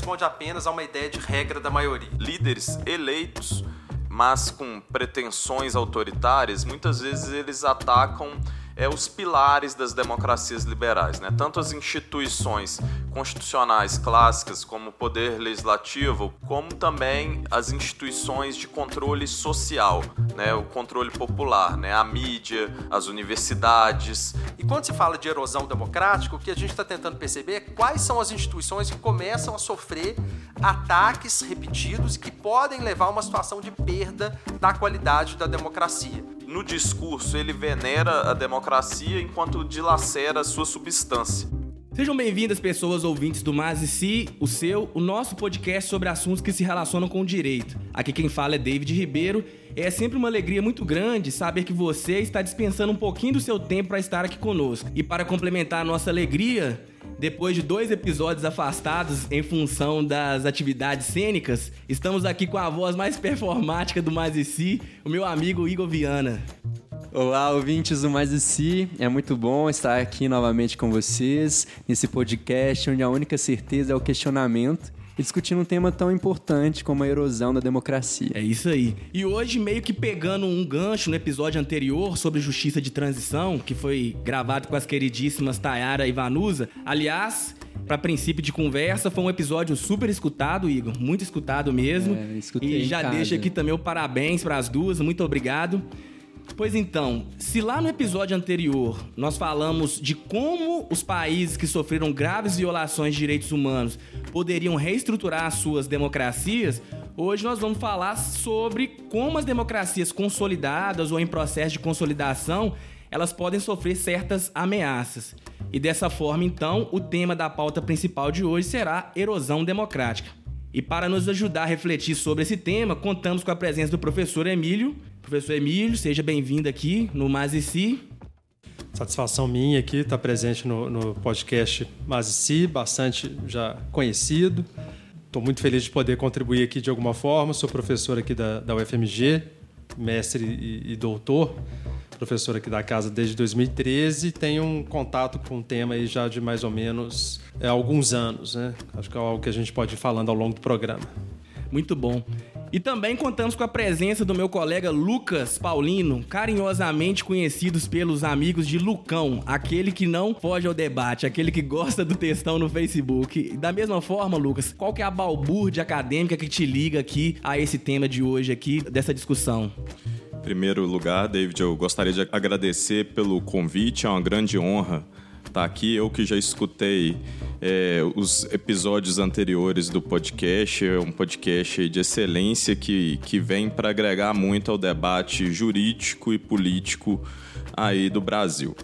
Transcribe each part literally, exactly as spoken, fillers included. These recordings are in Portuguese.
responde apenas a uma ideia de regra da maioria. Líderes eleitos, mas com pretensões autoritárias, muitas vezes eles atacam é, os pilares das democracias liberais, né? Tanto as instituições constitucionais clássicas, como o poder legislativo, como também as instituições de controle social, né? O controle popular, né? A mídia, as universidades. E quando se fala de erosão democrática, o que a gente está tentando perceber é quais são as instituições que começam a sofrer ataques repetidos e que podem levar a uma situação de perda da qualidade da democracia. No discurso, ele venera a democracia enquanto dilacera a sua substância. Sejam bem-vindas, pessoas ouvintes do Mas e Si, o seu, o nosso podcast sobre assuntos que se relacionam com o direito. Aqui quem fala é David Ribeiro. É sempre uma alegria muito grande saber que você está dispensando um pouquinho do seu tempo para estar aqui conosco. E para complementar a nossa alegria, depois de dois episódios afastados em função das atividades cênicas, estamos aqui com a voz mais performática do Mais e Si, o meu amigo Igor Viana. Olá, ouvintes do Mais e Si. É muito bom estar aqui novamente com vocês, nesse podcast onde a única certeza é o questionamento e discutindo um tema tão importante como a erosão da democracia. É isso aí. E hoje, meio que pegando um gancho no episódio anterior sobre justiça de transição, que foi gravado com as queridíssimas Tayara e Vanusa. Aliás, para princípio de conversa, foi um episódio super escutado, Igor. Muito escutado mesmo. É, escutei e já em casa. deixo aqui também o parabéns para as duas. Muito obrigado. Pois então, se lá no episódio anterior nós falamos de como os países que sofreram graves violações de direitos humanos poderiam reestruturar as suas democracias, hoje nós vamos falar sobre como as democracias consolidadas ou em processo de consolidação, elas podem sofrer certas ameaças. E dessa forma, então, o tema da pauta principal de hoje será erosão democrática. E para nos ajudar a refletir sobre esse tema, contamos com a presença do professor Emílio. Professor Emílio, seja bem-vindo aqui no Mas e Si. Satisfação minha aqui estar presente no, no podcast Mas e Si, bastante já conhecido. Estou muito feliz de poder contribuir aqui de alguma forma. Sou professor aqui da, da U F M G, mestre e, e doutor, professor aqui da casa desde dois mil e treze. Tenho um contato com o tema aí já de mais ou menos é, alguns anos, né? Acho que é algo que a gente pode ir falando ao longo do programa. Muito bom. E também contamos com a presença do meu colega Lucas Paulino, carinhosamente conhecidos pelos amigos de Lucão, aquele que não foge ao debate, aquele que gosta do textão no Facebook. Da mesma forma, Lucas, qual que é a balbúrdia acadêmica que te liga aqui a esse tema de hoje aqui, dessa discussão? Em primeiro lugar, David, eu gostaria de agradecer pelo convite, é uma grande honra estar aqui. Eu que já escutei é, os episódios anteriores do podcast, é um podcast de excelência que, que vem para agregar muito ao debate jurídico e político aí do Brasil.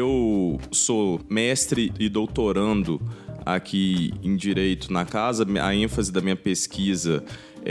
Eu sou mestre e doutorando aqui em Direito na casa, a ênfase da minha pesquisa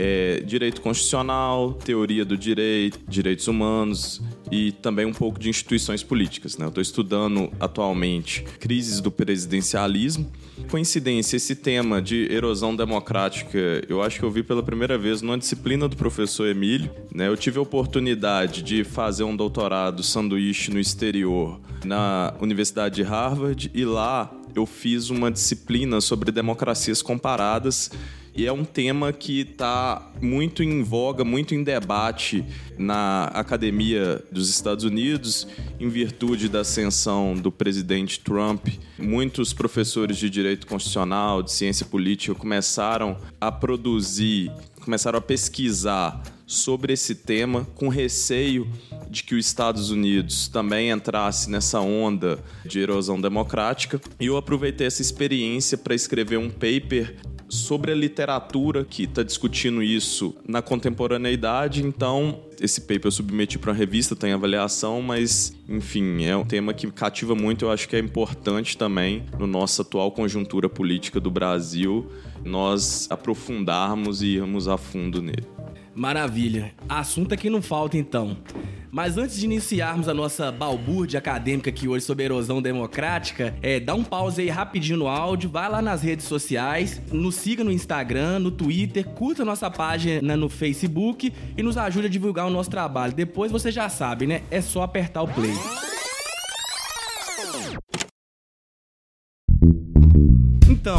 é direito constitucional, teoria do direito, direitos humanos e também um pouco de instituições políticas, né? Eu estou estudando atualmente crises do presidencialismo. Coincidência, esse tema de erosão democrática, eu acho que eu vi pela primeira vez numa disciplina do professor Emílio, né? Eu tive a oportunidade de fazer um doutorado sanduíche no exterior na Universidade de Harvard e lá eu fiz uma disciplina sobre democracias comparadas. E é um tema que está muito em voga, muito em debate na academia dos Estados Unidos, em virtude da ascensão do presidente Trump. Muitos professores de direito constitucional, de ciência política, começaram a produzir, começaram a pesquisar sobre esse tema, com receio de que os Estados Unidos também entrasse nessa onda de erosão democrática. E eu aproveitei essa experiência para escrever um paper sobre a literatura que está discutindo isso na contemporaneidade. Então, esse paper eu submeti para uma revista, tem avaliação, mas, enfim, é um tema que cativa muito. Eu acho que é importante também, no nossa atual conjuntura política do Brasil, nós aprofundarmos e irmos a fundo nele. Maravilha. Assunto aqui não falta, então. Mas antes de iniciarmos a nossa balbúrdia acadêmica aqui hoje sobre erosão democrática, é, dá um pause aí rapidinho no áudio, vai lá nas redes sociais, nos siga no Instagram, no Twitter, curta nossa página no Facebook e nos ajude a divulgar o nosso trabalho. Depois você já sabe, né? É só apertar o play. Então,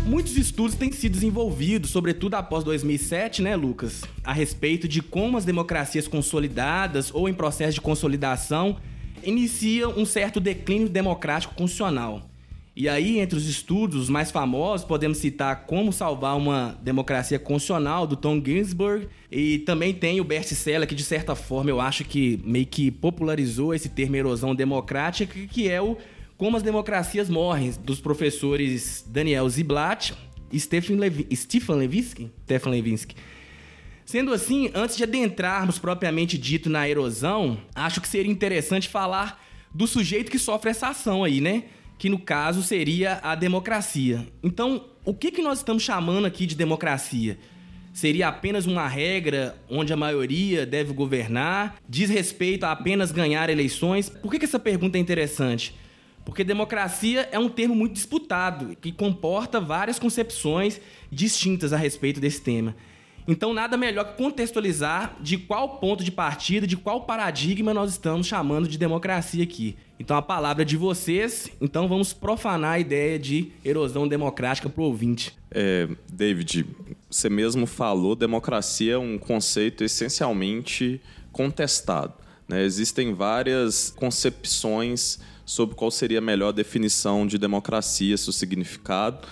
Muitos estudos têm sido desenvolvidos, sobretudo após dois mil e sete, né, Lucas? A respeito de como as democracias consolidadas ou em processo de consolidação iniciam um certo declínio democrático constitucional. E aí, entre os estudos os mais famosos, podemos citar Como Salvar uma Democracia Constitucional, do Tom Ginsburg, e também tem o best-seller que, de certa forma, eu acho que meio que popularizou esse termo erosão democrática, que é o Como as Democracias Morrem, dos professores Daniel Ziblatt e Stefan Levi- Stefan Levitsky. Stefan Levitsky. Sendo assim, antes de adentrarmos propriamente dito na erosão, acho que seria interessante falar do sujeito que sofre essa ação aí, né? Que no caso seria a democracia. Então, o que, que nós estamos chamando aqui de democracia? Seria apenas uma regra onde a maioria deve governar? Diz respeito a apenas ganhar eleições? Por que, que essa pergunta é interessante? Porque democracia é um termo muito disputado, que comporta várias concepções distintas a respeito desse tema. Então, nada melhor que contextualizar de qual ponto de partida, de qual paradigma nós estamos chamando de democracia aqui. Então, a palavra é de vocês, então vamos profanar a ideia de erosão democrática para o ouvinte. É, David, você mesmo falou, democracia é um conceito essencialmente contestado, né? Existem várias concepções sobre qual seria a melhor definição de democracia, seu significado,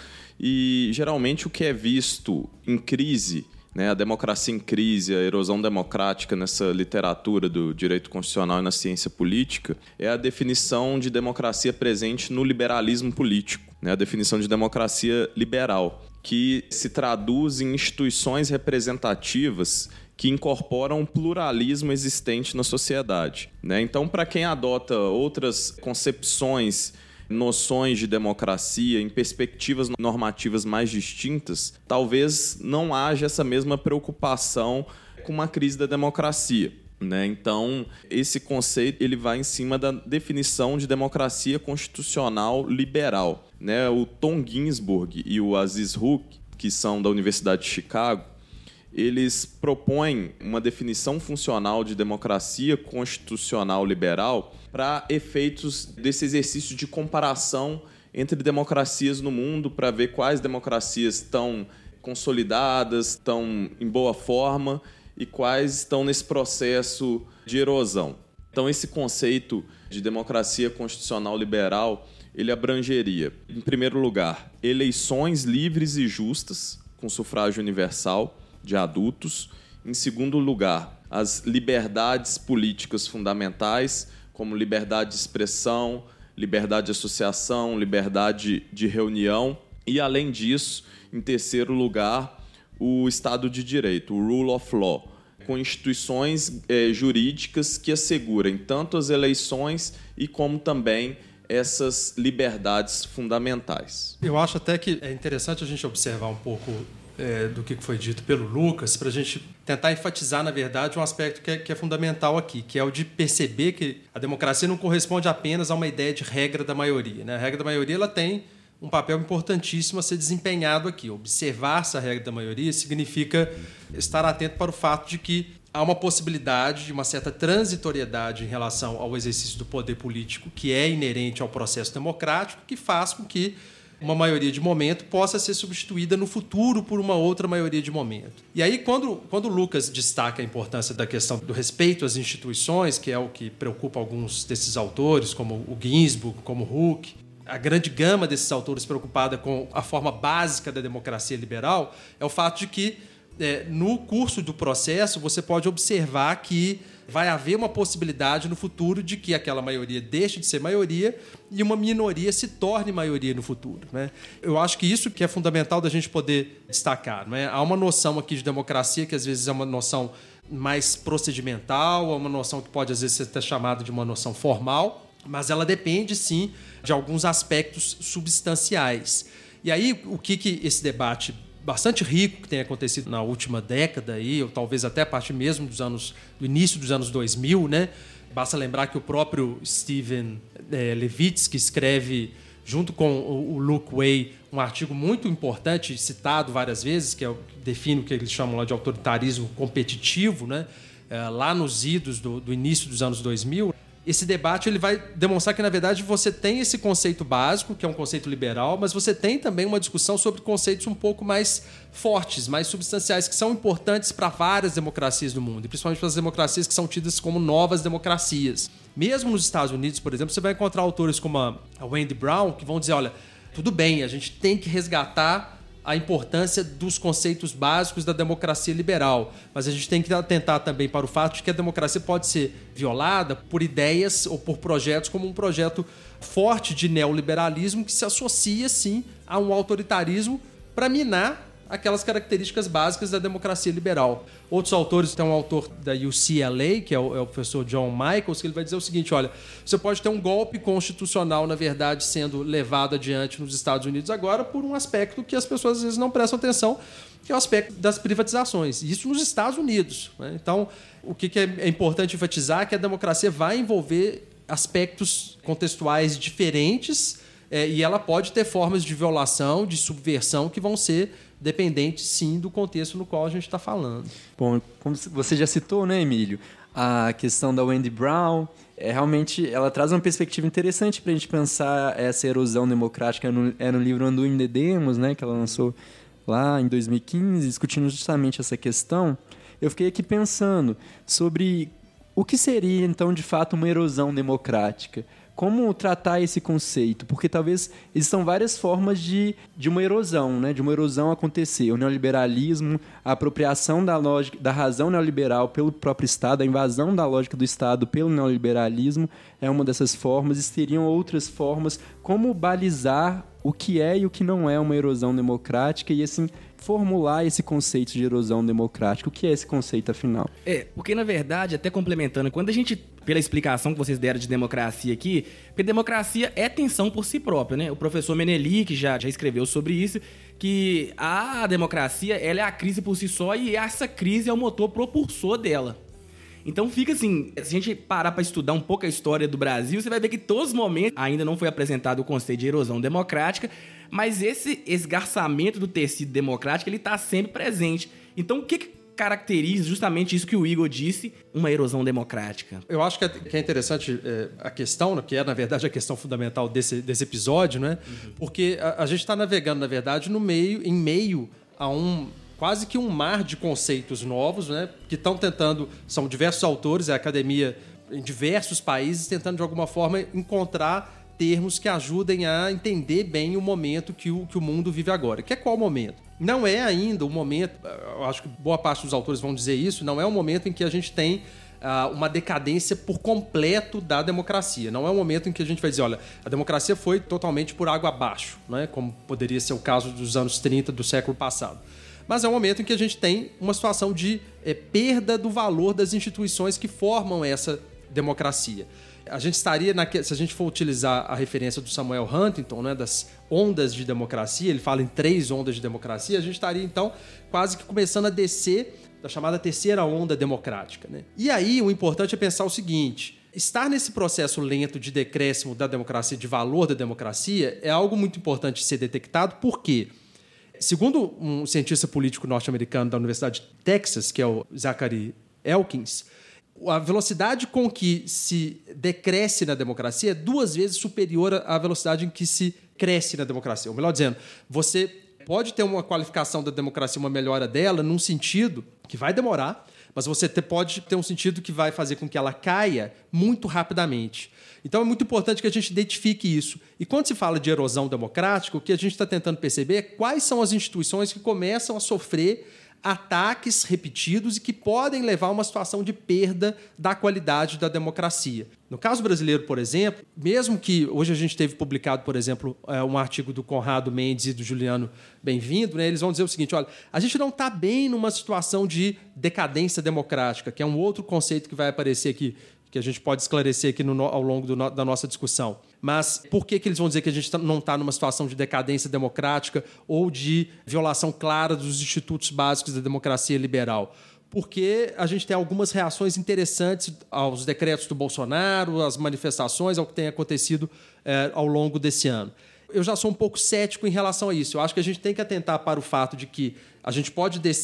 e geralmente o que é visto em crise, né, a democracia em crise, a erosão democrática nessa literatura do direito constitucional e na ciência política, é a definição de democracia presente no liberalismo político, né, a definição de democracia liberal, que se traduz em instituições representativas que incorporam o pluralismo existente na sociedade, né? Então, para quem adota outras concepções, noções de democracia em perspectivas normativas mais distintas, talvez não haja essa mesma preocupação com uma crise da democracia, né? Então, esse conceito ele vai em cima da definição de democracia constitucional liberal, né? O Tom Ginsburg e o Aziz Huq, que são da Universidade de Chicago, eles propõem uma definição funcional de democracia constitucional liberal para efeitos desse exercício de comparação entre democracias no mundo, para ver quais democracias estão consolidadas, estão em boa forma e quais estão nesse processo de erosão. Então, esse conceito de democracia constitucional liberal, ele abrangeria, em primeiro lugar, eleições livres e justas, com sufrágio universal de adultos. Em segundo lugar, as liberdades políticas fundamentais, como liberdade de expressão, liberdade de associação, liberdade de reunião. E, além disso, em terceiro lugar, o Estado de Direito, o Rule of Law, com instituições eh, jurídicas que assegurem tanto as eleições e como também essas liberdades fundamentais. Eu acho até que é interessante a gente observar um pouco é, do que foi dito pelo Lucas, para a gente tentar enfatizar, na verdade, um aspecto que é, que é fundamental aqui, que é o de perceber que a democracia não corresponde apenas a uma ideia de regra da maioria, né? A regra da maioria ela tem um papel importantíssimo a ser desempenhado aqui. Observar essa regra da maioria significa estar atento para o fato de que há uma possibilidade de uma certa transitoriedade em relação ao exercício do poder político que é inerente ao processo democrático, que faz com que uma maioria de momento possa ser substituída no futuro por uma outra maioria de momento. E aí, quando, quando o Lucas destaca a importância da questão do respeito às instituições, que é o que preocupa alguns desses autores, como o Ginsburg, como o Huq, a grande gama desses autores preocupada com a forma básica da democracia liberal, é o fato de que, é, no curso do processo, você pode observar que vai haver uma possibilidade no futuro de que aquela maioria deixe de ser maioria e uma minoria se torne maioria no futuro, né? Eu acho que isso que é fundamental da gente poder destacar, não é? Há uma noção aqui de democracia que às vezes é uma noção mais procedimental, é uma noção que pode às vezes ser até chamada de uma noção formal, mas ela depende sim de alguns aspectos substanciais. E aí o que, que esse debate bastante rico que tem acontecido na última década aí, ou talvez até a partir mesmo dos anos do início dos anos dois mil, né? Basta lembrar que o próprio Stephen é, Levitsky escreve junto com o, o Luke Way um artigo muito importante citado várias vezes, que é o que define o que eles chamam lá de autoritarismo competitivo, né? É, lá nos idos do, do início dos anos dois mil, esse debate ele vai demonstrar que, na verdade, você tem esse conceito básico, que é um conceito liberal, mas você tem também uma discussão sobre conceitos um pouco mais fortes, mais substanciais, que são importantes para várias democracias do mundo, e principalmente para as democracias que são tidas como novas democracias. Mesmo nos Estados Unidos, por exemplo, você vai encontrar autores como a Wendy Brown, que vão dizer, olha, tudo bem, a gente tem que resgatar a importância dos conceitos básicos da democracia liberal, mas a gente tem que atentar também para o fato de que a democracia pode ser violada por ideias ou por projetos como um projeto forte de neoliberalismo que se associa, sim, a um autoritarismo para minar aquelas características básicas da democracia liberal. Outros autores, tem um autor da U C L A, que é o, é o professor John Michaels, que ele vai dizer o seguinte, olha, você pode ter um golpe constitucional, na verdade, sendo levado adiante nos Estados Unidos agora por um aspecto que as pessoas às vezes não prestam atenção, que é o aspecto das privatizações. Isso nos Estados Unidos, né? Então, o que é importante enfatizar é que a democracia vai envolver aspectos contextuais diferentes, é, e ela pode ter formas de violação, de subversão, que vão ser dependente, sim, do contexto no qual a gente está falando. Bom, como você já citou, né, Emílio, a questão da Wendy Brown, é, realmente ela traz uma perspectiva interessante para a gente pensar essa erosão democrática. No, é no livro Undoing the Demos, né, que ela lançou lá em dois mil e quinze, discutindo justamente essa questão. Eu fiquei aqui pensando sobre o que seria, então, de fato, uma erosão democrática. Como tratar esse conceito? Porque talvez existam várias formas de, de uma erosão, né? de uma erosão acontecer. O neoliberalismo, a apropriação da, lógica, da razão neoliberal pelo próprio Estado, a invasão da lógica do Estado pelo neoliberalismo é uma dessas formas. E teriam outras formas. Como balizar o que é e o que não é uma erosão democrática e, assim, formular esse conceito de erosão democrática. O que é esse conceito, afinal? É, porque, na verdade, até complementando, quando a gente, pela explicação que vocês deram de democracia aqui, porque democracia é tensão por si própria, né? O professor Menelik já, já escreveu sobre isso, que a democracia, ela é a crise por si só e essa crise é o motor propulsor dela. Então fica assim, se a gente parar para estudar um pouco a história do Brasil, você vai ver que em todos os momentos ainda não foi apresentado o conceito de erosão democrática, mas esse esgarçamento do tecido democrático, ele está sempre presente. Então o que, que caracteriza justamente isso que o Igor disse, uma erosão democrática? Eu acho que é, que é interessante é, a questão, que é, na verdade, a questão fundamental desse, desse episódio, né? Uhum. Porque a, a gente está navegando, na verdade, no meio, em meio a um... quase que um mar de conceitos novos, né, que estão tentando, são diversos autores, a academia em diversos países, tentando de alguma forma encontrar termos que ajudem a entender bem o momento que o, que o mundo vive agora. Que é qual momento? Não é ainda o momento, eu acho que boa parte dos autores vão dizer isso, não é o momento em que a gente tem uh, uma decadência por completo da democracia. Não é o momento em que a gente vai dizer, olha, a democracia foi totalmente por água abaixo, né, como poderia ser o caso dos anos trinta do século passado. Mas é um momento em que a gente tem uma situação de é, perda do valor das instituições que formam essa democracia. A gente estaria, naque... se a gente for utilizar a referência do Samuel Huntington, né, das ondas de democracia, ele fala em três ondas de democracia, a gente estaria, então, quase que começando a descer da chamada terceira onda democrática, né? E aí, o importante é pensar o seguinte: estar nesse processo lento de decréscimo da democracia, de valor da democracia, é algo muito importante de ser detectado, por quê? Segundo um cientista político norte-americano da Universidade de Texas, que é o Zachary Elkins, a velocidade com que se decresce na democracia é duas vezes superior à velocidade em que se cresce na democracia. Ou melhor dizendo, você pode ter uma qualificação da democracia, uma melhora dela, num sentido que vai demorar, mas você pode ter um sentido que vai fazer com que ela caia muito rapidamente. Então é muito importante que a gente identifique isso. E quando se fala de erosão democrática, o que a gente está tentando perceber é quais são as instituições que começam a sofrer ataques repetidos e que podem levar a uma situação de perda da qualidade da democracia. No caso brasileiro, por exemplo, mesmo que hoje a gente teve publicado, por exemplo, um artigo do Conrado Mendes e do Juliano Bem-vindo, né, eles vão dizer o seguinte, olha, a gente não está bem numa situação de decadência democrática, que é um outro conceito que vai aparecer aqui, que a gente pode esclarecer aqui no, ao longo do, da nossa discussão. Mas por que, que eles vão dizer que a gente não está numa situação de decadência democrática ou de violação clara dos institutos básicos da democracia liberal? Porque a gente tem algumas reações interessantes aos decretos do Bolsonaro, às manifestações, ao que tem acontecido é, ao longo desse ano. Eu já sou um pouco cético em relação a isso. Eu acho que a gente tem que atentar para o fato de que a gente pode descer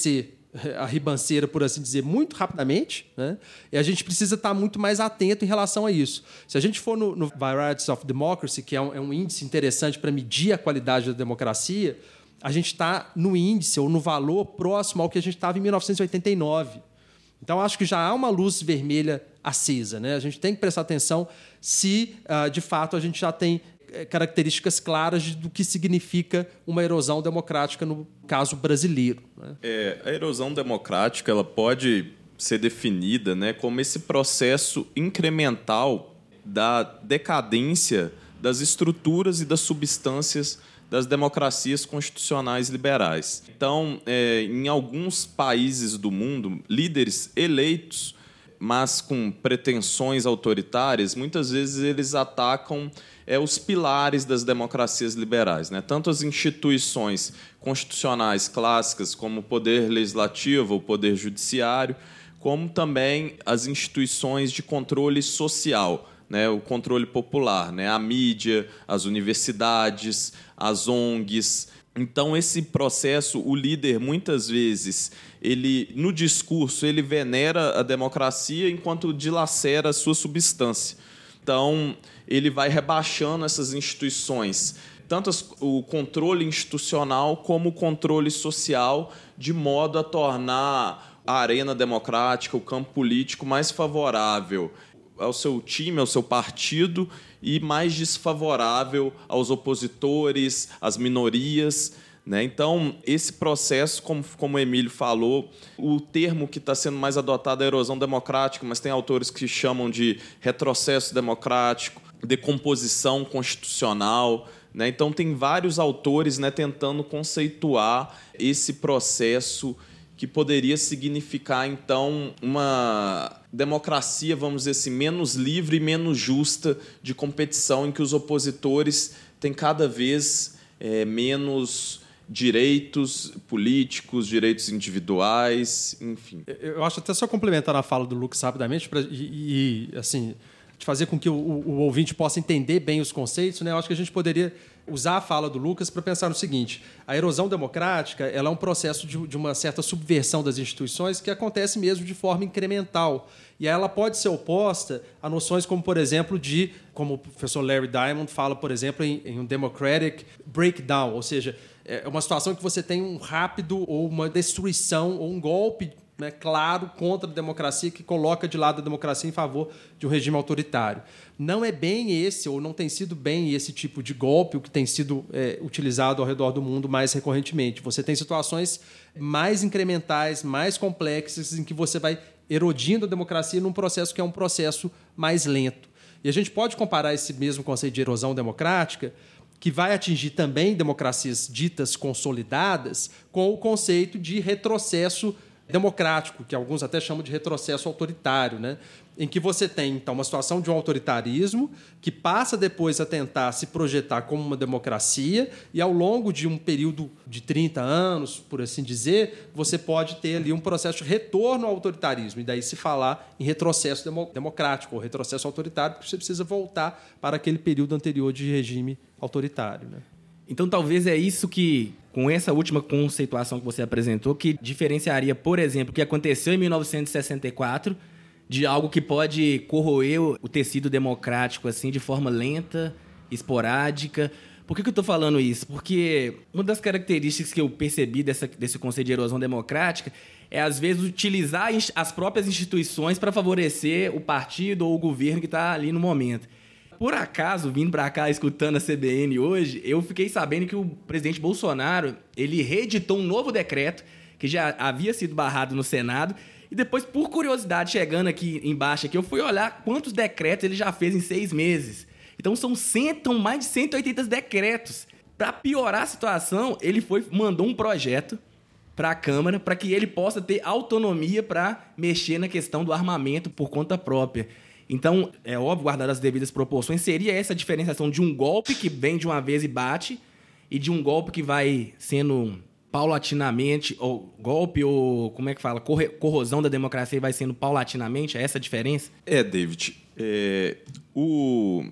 a ribanceira, por assim dizer, muito rapidamente, né? E a gente precisa estar muito mais atento em relação a isso. Se a gente for no, no Varieties of Democracy, que é um, é um índice interessante para medir a qualidade da democracia, a gente está no índice ou no valor próximo ao que a gente estava em mil novecentos e oitenta e nove. Então, acho que já há uma luz vermelha acesa, né? A gente tem que prestar atenção se, uh, de fato, a gente já tem características claras de, do que significa uma erosão democrática no caso brasileiro, né? É, a erosão democrática ela pode ser definida, né, como esse processo incremental da decadência das estruturas e das substâncias das democracias constitucionais liberais. Então, é, em alguns países do mundo, líderes eleitos, mas com pretensões autoritárias, muitas vezes eles atacam é, os pilares das democracias liberais, né? Tanto as instituições constitucionais clássicas, como o poder legislativo, o poder judiciário, como também as instituições de controle social, né? O controle popular, né? A mídia, as universidades, as O N Gs. Então, esse processo, o líder, muitas vezes, ele, no discurso, ele venera a democracia enquanto dilacera a sua substância. Então, ele vai rebaixando essas instituições, tanto o controle institucional como o controle social, de modo a tornar a arena democrática, o campo político, mais favorável ao seu time, ao seu partido, e mais desfavorável aos opositores, às minorias, né? Então, esse processo, como, como o Emílio falou, o termo que está sendo mais adotado é erosão democrática, mas tem autores que chamam de retrocesso democrático, decomposição constitucional, né? Então, tem vários autores, né, tentando conceituar esse processo que poderia significar, então, uma democracia, vamos dizer assim, menos livre e menos justa de competição, em que os opositores têm cada vez é, menos direitos políticos, direitos individuais, enfim. Eu acho, até só complementar a fala do Lucas rapidamente, pra, e, e assim, de fazer com que o, o, o ouvinte possa entender bem os conceitos, né? Eu acho que a gente poderia usar a fala do Lucas para pensar no seguinte: a erosão democrática ela é um processo de, de uma certa subversão das instituições que acontece mesmo de forma incremental. E ela pode ser oposta a noções como, por exemplo, de, como o professor Larry Diamond fala, por exemplo, em, em um democratic breakdown, ou seja, é uma situação em que você tem um rápido ou uma destruição ou um golpe, né, claro, contra a democracia, que coloca de lado a democracia em favor de um regime autoritário. Não é bem esse, ou não tem sido bem esse tipo de golpe o que tem sido é, utilizado ao redor do mundo mais recorrentemente. Você tem situações mais incrementais, mais complexas, em que você vai erodindo a democracia num processo que é um processo mais lento. E a gente pode comparar esse mesmo conceito de erosão democrática, que vai atingir também democracias ditas consolidadas, com o conceito de retrocesso democrático, que alguns até chamam de retrocesso autoritário, né? Em que você tem, então, uma situação de um autoritarismo que passa depois a tentar se projetar como uma democracia, e ao longo de um período de trinta anos, por assim dizer, você pode ter ali um processo de retorno ao autoritarismo, e daí se falar em retrocesso demo- democrático ou retrocesso autoritário, porque você precisa voltar para aquele período anterior de regime autoritário, né? Então, talvez é isso que, com essa última conceituação que você apresentou, que diferenciaria, por exemplo, o que aconteceu em mil novecentos e sessenta e quatro de algo que pode corroer o tecido democrático assim de forma lenta, esporádica. Por que que eu estou falando isso? Porque uma das características que eu percebi dessa, desse conceito de erosão democrática é, às vezes, utilizar as próprias instituições para favorecer o partido ou o governo que está ali no momento. Por acaso, vindo para cá, escutando a C B N hoje, eu fiquei sabendo que o presidente Bolsonaro ele reeditou um novo decreto que já havia sido barrado no Senado. E depois, por curiosidade, chegando aqui embaixo, aqui, eu fui olhar quantos decretos ele já fez em seis meses. Então, são cento, mais de cento e oitenta decretos. Para piorar a situação, ele foi, mandou um projeto para a Câmara para que ele possa ter autonomia para mexer na questão do armamento por conta própria. Então, é óbvio, guardar as devidas proporções, seria essa diferenciação de um golpe que vem de uma vez e bate e de um golpe que vai sendo paulatinamente, ou golpe, ou como é que fala, corre, corrosão da democracia e vai sendo paulatinamente, é essa a diferença? É, David, é, o,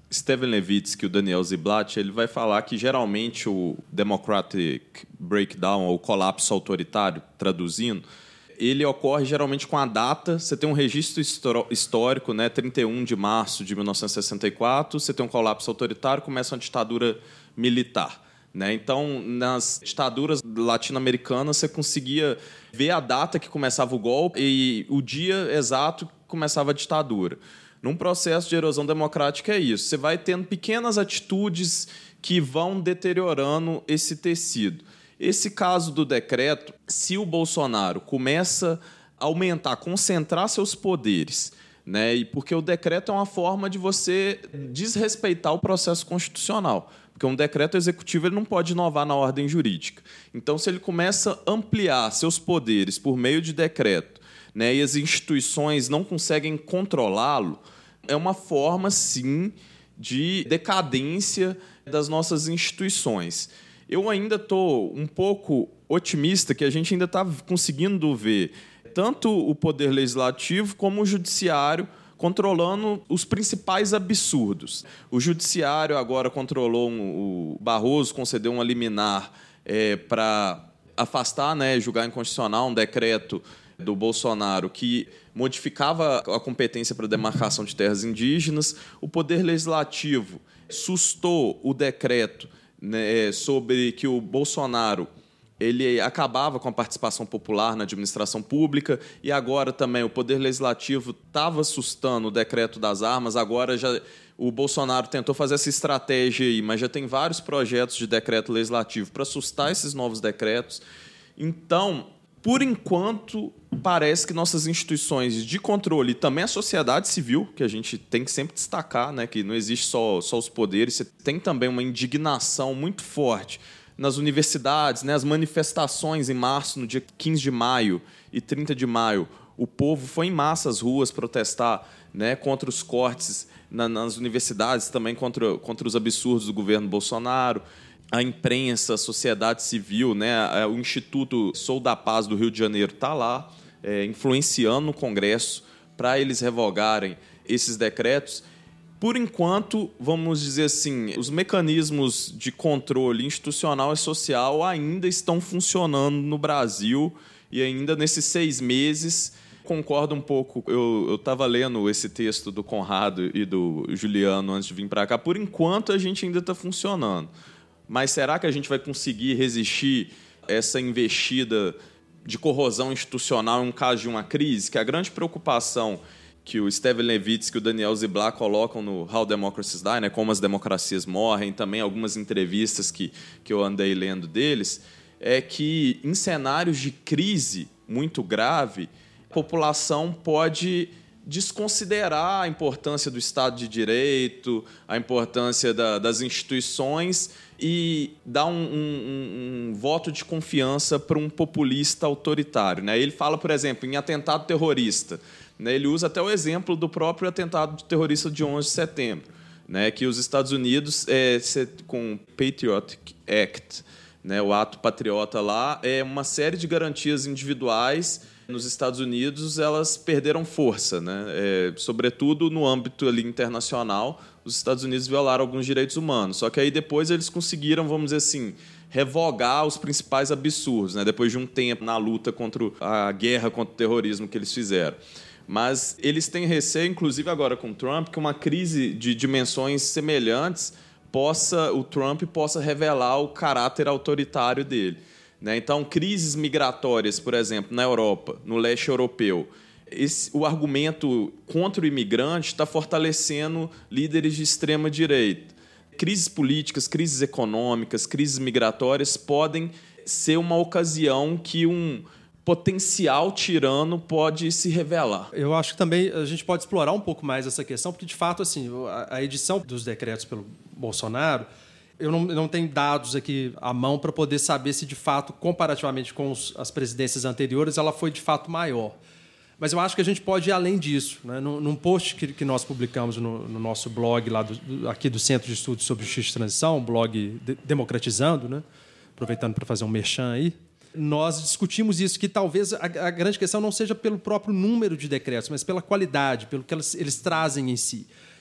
Steven Levitsky e o Daniel Ziblatt, ele vai falar que geralmente o democratic breakdown, ou colapso autoritário, traduzindo, ele ocorre geralmente com a data. Você tem um registro histórico, né, trinta e um de março de mil novecentos e sessenta e quatro, você tem um colapso autoritário, começa uma ditadura militar. Né? Então, nas ditaduras latino-americanas, você conseguia ver a data que começava o golpe e o dia exato que começava a ditadura. Num processo de erosão democrática é isso. Você vai tendo pequenas atitudes que vão deteriorando esse tecido. Esse caso do decreto, se o Bolsonaro começa a aumentar, concentrar seus poderes, né? E porque o decreto é uma forma de você desrespeitar o processo constitucional. Porque um decreto executivo ele não pode inovar na ordem jurídica. Então, se ele começa a ampliar seus poderes por meio de decreto, né, e as instituições não conseguem controlá-lo, é uma forma, sim, de decadência das nossas instituições. Eu ainda estou um pouco otimista que a gente ainda está conseguindo ver tanto o poder legislativo como o judiciário controlando os principais absurdos. O judiciário agora controlou, um, o Barroso concedeu uma liminar é, para afastar, né, julgar inconstitucional um decreto do Bolsonaro que modificava a competência para a demarcação de terras indígenas. O Poder Legislativo sustou o decreto, né, sobre que o Bolsonaro ele acabava com a participação popular na administração pública, e agora também o Poder Legislativo estava sustando o decreto das armas. Agora já o Bolsonaro tentou fazer essa estratégia aí, mas já tem vários projetos de decreto legislativo para sustar esses novos decretos. Então, por enquanto, parece que nossas instituições de controle, e também a sociedade civil, que a gente tem que sempre destacar, né, que não existe só, só os poderes, você tem também uma indignação muito forte nas universidades, né, as manifestações em março, no dia quinze de maio e trinta de maio, o povo foi em massa às ruas protestar, né, contra os cortes na, nas universidades, também contra, contra os absurdos do governo Bolsonaro. A imprensa, a sociedade civil, né, o Instituto Sou da Paz do Rio de Janeiro está lá, é, influenciando no Congresso para eles revogarem esses decretos. Por enquanto, vamos dizer assim, os mecanismos de controle institucional e social ainda estão funcionando no Brasil, e ainda nesses seis meses, concordo um pouco, eu estava lendo esse texto do Conrado e do Juliano antes de vir para cá, por enquanto a gente ainda está funcionando. Mas será que a gente vai conseguir resistir essa investida de corrosão institucional em um caso de uma crise? Que a grande preocupação que o Steven Levitsky e o Daniel Ziblatt colocam no How Democracies Die, né, como as democracias morrem, também algumas entrevistas que, que eu andei lendo deles, é que em cenários de crise muito grave, a população pode desconsiderar a importância do Estado de Direito, a importância da, das instituições e dar um, um, um voto de confiança para um populista autoritário. Né? Ele fala, por exemplo, em atentado terrorista. Né? Ele usa até o exemplo do próprio atentado terrorista de onze de setembro, né? Que os Estados Unidos, é, com o Patriotic Act, né? O ato patriota lá, é uma série de garantias individuais nos Estados Unidos, elas perderam força, né? É, sobretudo no âmbito ali internacional, os Estados Unidos violaram alguns direitos humanos. Só que aí depois eles conseguiram, vamos dizer assim, revogar os principais absurdos, né? Depois de um tempo na luta contra a guerra contra o terrorismo que eles fizeram. Mas eles têm receio, inclusive agora com o Trump, que uma crise de dimensões semelhantes possa, o Trump possa revelar o caráter autoritário dele. Né? Então, crises migratórias, por exemplo, na Europa, no leste europeu, esse, o argumento contra o imigrante está fortalecendo líderes de extrema-direita. Crises políticas, crises econômicas, crises migratórias podem ser uma ocasião que um potencial tirano pode se revelar. Eu acho que também a gente pode explorar um pouco mais essa questão, porque, de fato, assim, a edição dos decretos pelo Bolsonaro, eu não, não tenho dados aqui à mão para poder saber se, de fato, comparativamente com os, as presidências anteriores, ela foi, de fato, maior. Mas eu acho que a gente pode ir além disso. Né? Num, num post que, que nós publicamos no, no nosso blog, lá do, do, aqui do Centro de Estudos sobre Justiça e Transição, o blog de, Democratizando, né? Aproveitando para fazer um merchan aí, nós discutimos isso, que talvez a, a grande questão não seja pelo próprio número de decretos, mas pela qualidade, pelo que eles, eles trazem em si.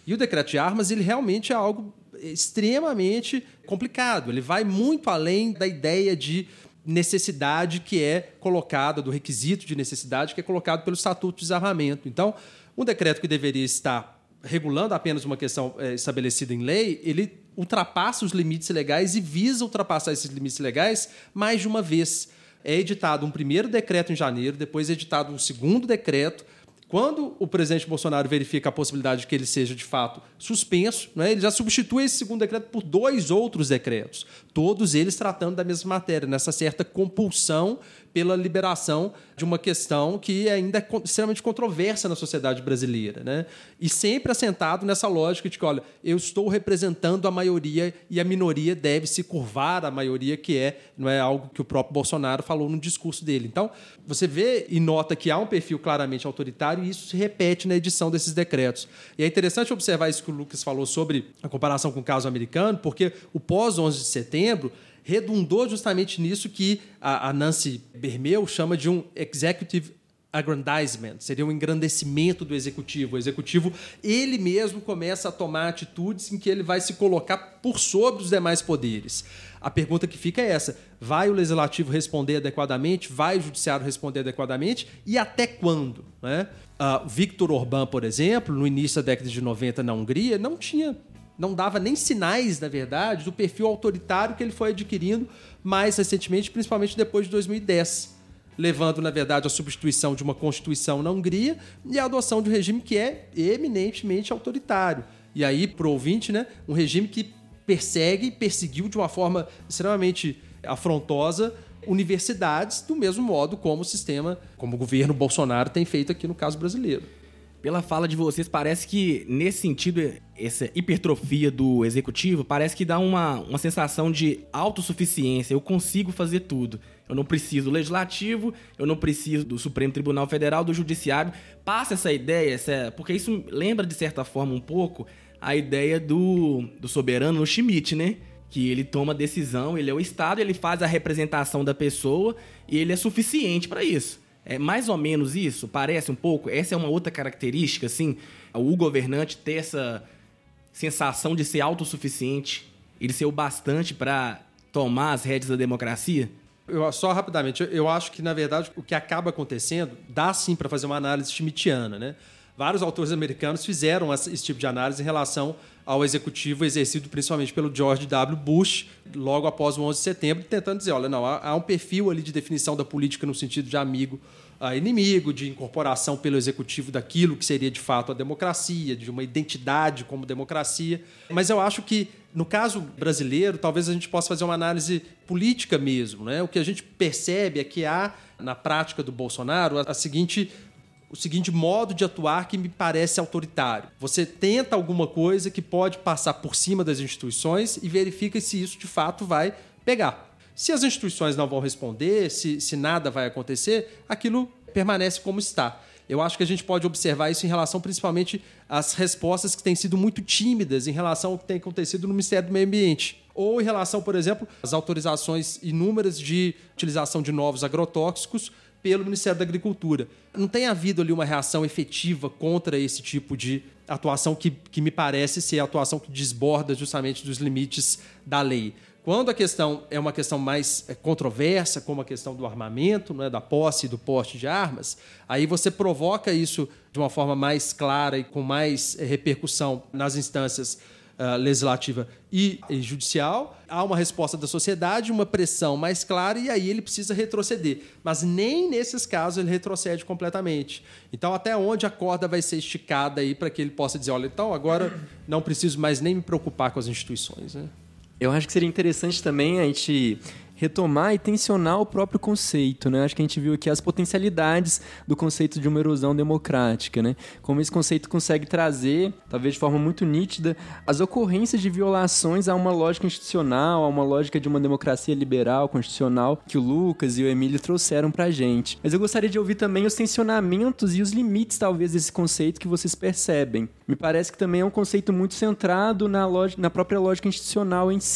E o decreto de armas, ele realmente é algo extremamente complicado. Ele vai muito além da ideia de necessidade que é colocada, do requisito de necessidade que é colocado pelo Estatuto de Desarmamento. Então, um decreto que deveria estar regulando apenas uma questão é, estabelecida em lei, ele ultrapassa os limites legais e visa ultrapassar esses limites legais mais de uma vez. É editado um primeiro decreto em janeiro, depois é editado um segundo decreto. Quando o presidente Bolsonaro verifica a possibilidade de que ele seja, de fato, suspenso, né, ele já substitui esse segundo decreto por dois outros decretos, todos eles tratando da mesma matéria, nessa certa compulsão pela liberação de uma questão que ainda é extremamente controversa na sociedade brasileira, né? E sempre assentado nessa lógica de que, olha, eu estou representando a maioria e a minoria deve se curvar à maioria, que é, não é algo que o próprio Bolsonaro falou no discurso dele. Então, você vê e nota que há um perfil claramente autoritário e isso se repete na edição desses decretos. E é interessante observar isso que o Lucas falou sobre a comparação com o caso americano, porque o pós onze de setembro redundou justamente nisso que a Nancy Bermeu chama de um executive aggrandizement, seria um engrandecimento do executivo. O executivo, ele mesmo começa a tomar atitudes em que ele vai se colocar por sobre os demais poderes. A pergunta que fica é essa: vai o legislativo responder adequadamente? Vai o judiciário responder adequadamente? E até quando? Né? Uh, Viktor Orbán, por exemplo, no início da década de noventa na Hungria, não tinha... não dava nem sinais, na verdade, do perfil autoritário que ele foi adquirindo mais recentemente, principalmente depois de dois mil e dez, levando, na verdade, à substituição de uma constituição na Hungria e a adoção de um regime que é eminentemente autoritário. E aí, para o ouvinte, né, um regime que persegue e perseguiu de uma forma extremamente afrontosa universidades, do mesmo modo como o sistema, como o governo Bolsonaro tem feito aqui no caso brasileiro. Pela fala de vocês, parece que, nesse sentido, essa hipertrofia do executivo parece que dá uma, uma sensação de autossuficiência. Eu consigo fazer tudo. Eu não preciso do Legislativo, eu não preciso do Supremo Tribunal Federal, do Judiciário. Passa essa ideia, essa, porque isso lembra, de certa forma, um pouco a ideia do, do soberano no Schmitt, né? Que ele toma decisão, ele é o Estado, ele faz a representação da pessoa e ele é suficiente para isso. É mais ou menos isso, parece um pouco. Essa é uma outra característica, assim, o governante ter essa sensação de ser autossuficiente, ele ser o bastante para tomar as rédeas da democracia? Eu, só rapidamente, eu acho que, na verdade, o que acaba acontecendo, dá sim para fazer uma análise schmittiana, né? Vários autores americanos fizeram esse tipo de análise em relação ao executivo exercido principalmente pelo George W. Bush, logo após o onze de setembro, tentando dizer, olha, não, há um perfil ali de definição da política no sentido de amigo a inimigo, de incorporação pelo executivo daquilo que seria de fato a democracia, de uma identidade como democracia. Mas eu acho que, no caso brasileiro, talvez a gente possa fazer uma análise política mesmo, né? O que a gente percebe é que há, na prática do Bolsonaro, a seguinte... o seguinte modo de atuar que me parece autoritário. Você tenta alguma coisa que pode passar por cima das instituições e verifica se isso de fato vai pegar. Se as instituições não vão responder, se, se nada vai acontecer, aquilo permanece como está. Eu acho que a gente pode observar isso em relação principalmente às respostas que têm sido muito tímidas em relação ao que tem acontecido no Ministério do Meio Ambiente. Ou em relação, por exemplo, às autorizações inúmeras de utilização de novos agrotóxicos pelo Ministério da Agricultura. Não tem havido ali uma reação efetiva contra esse tipo de atuação que, que me parece ser a atuação que desborda justamente dos limites da lei. Quando a questão é uma questão mais controversa, como a questão do armamento, não é, da posse e do porte de armas, aí você provoca isso de uma forma mais clara e com mais repercussão nas instâncias Uh, legislativa e, e judicial, há uma resposta da sociedade, uma pressão mais clara e aí ele precisa retroceder. Mas nem nesses casos ele retrocede completamente. Então, até onde a corda vai ser esticada aí para que ele possa dizer, olha, então agora não preciso mais nem me preocupar com as instituições, né? Eu acho que seria interessante também a gente retomar e tensionar o próprio conceito, né? Acho que a gente viu aqui as potencialidades do conceito de uma erosão democrática, né? Como esse conceito consegue trazer, talvez de forma muito nítida, as ocorrências de violações a uma lógica institucional, a uma lógica de uma democracia liberal, constitucional, que o Lucas e o Emílio trouxeram pra gente. Mas eu gostaria de ouvir também os tensionamentos e os limites, talvez, desse conceito que vocês percebem. Me parece que também é um conceito muito centrado na, lógica, na própria lógica institucional em si.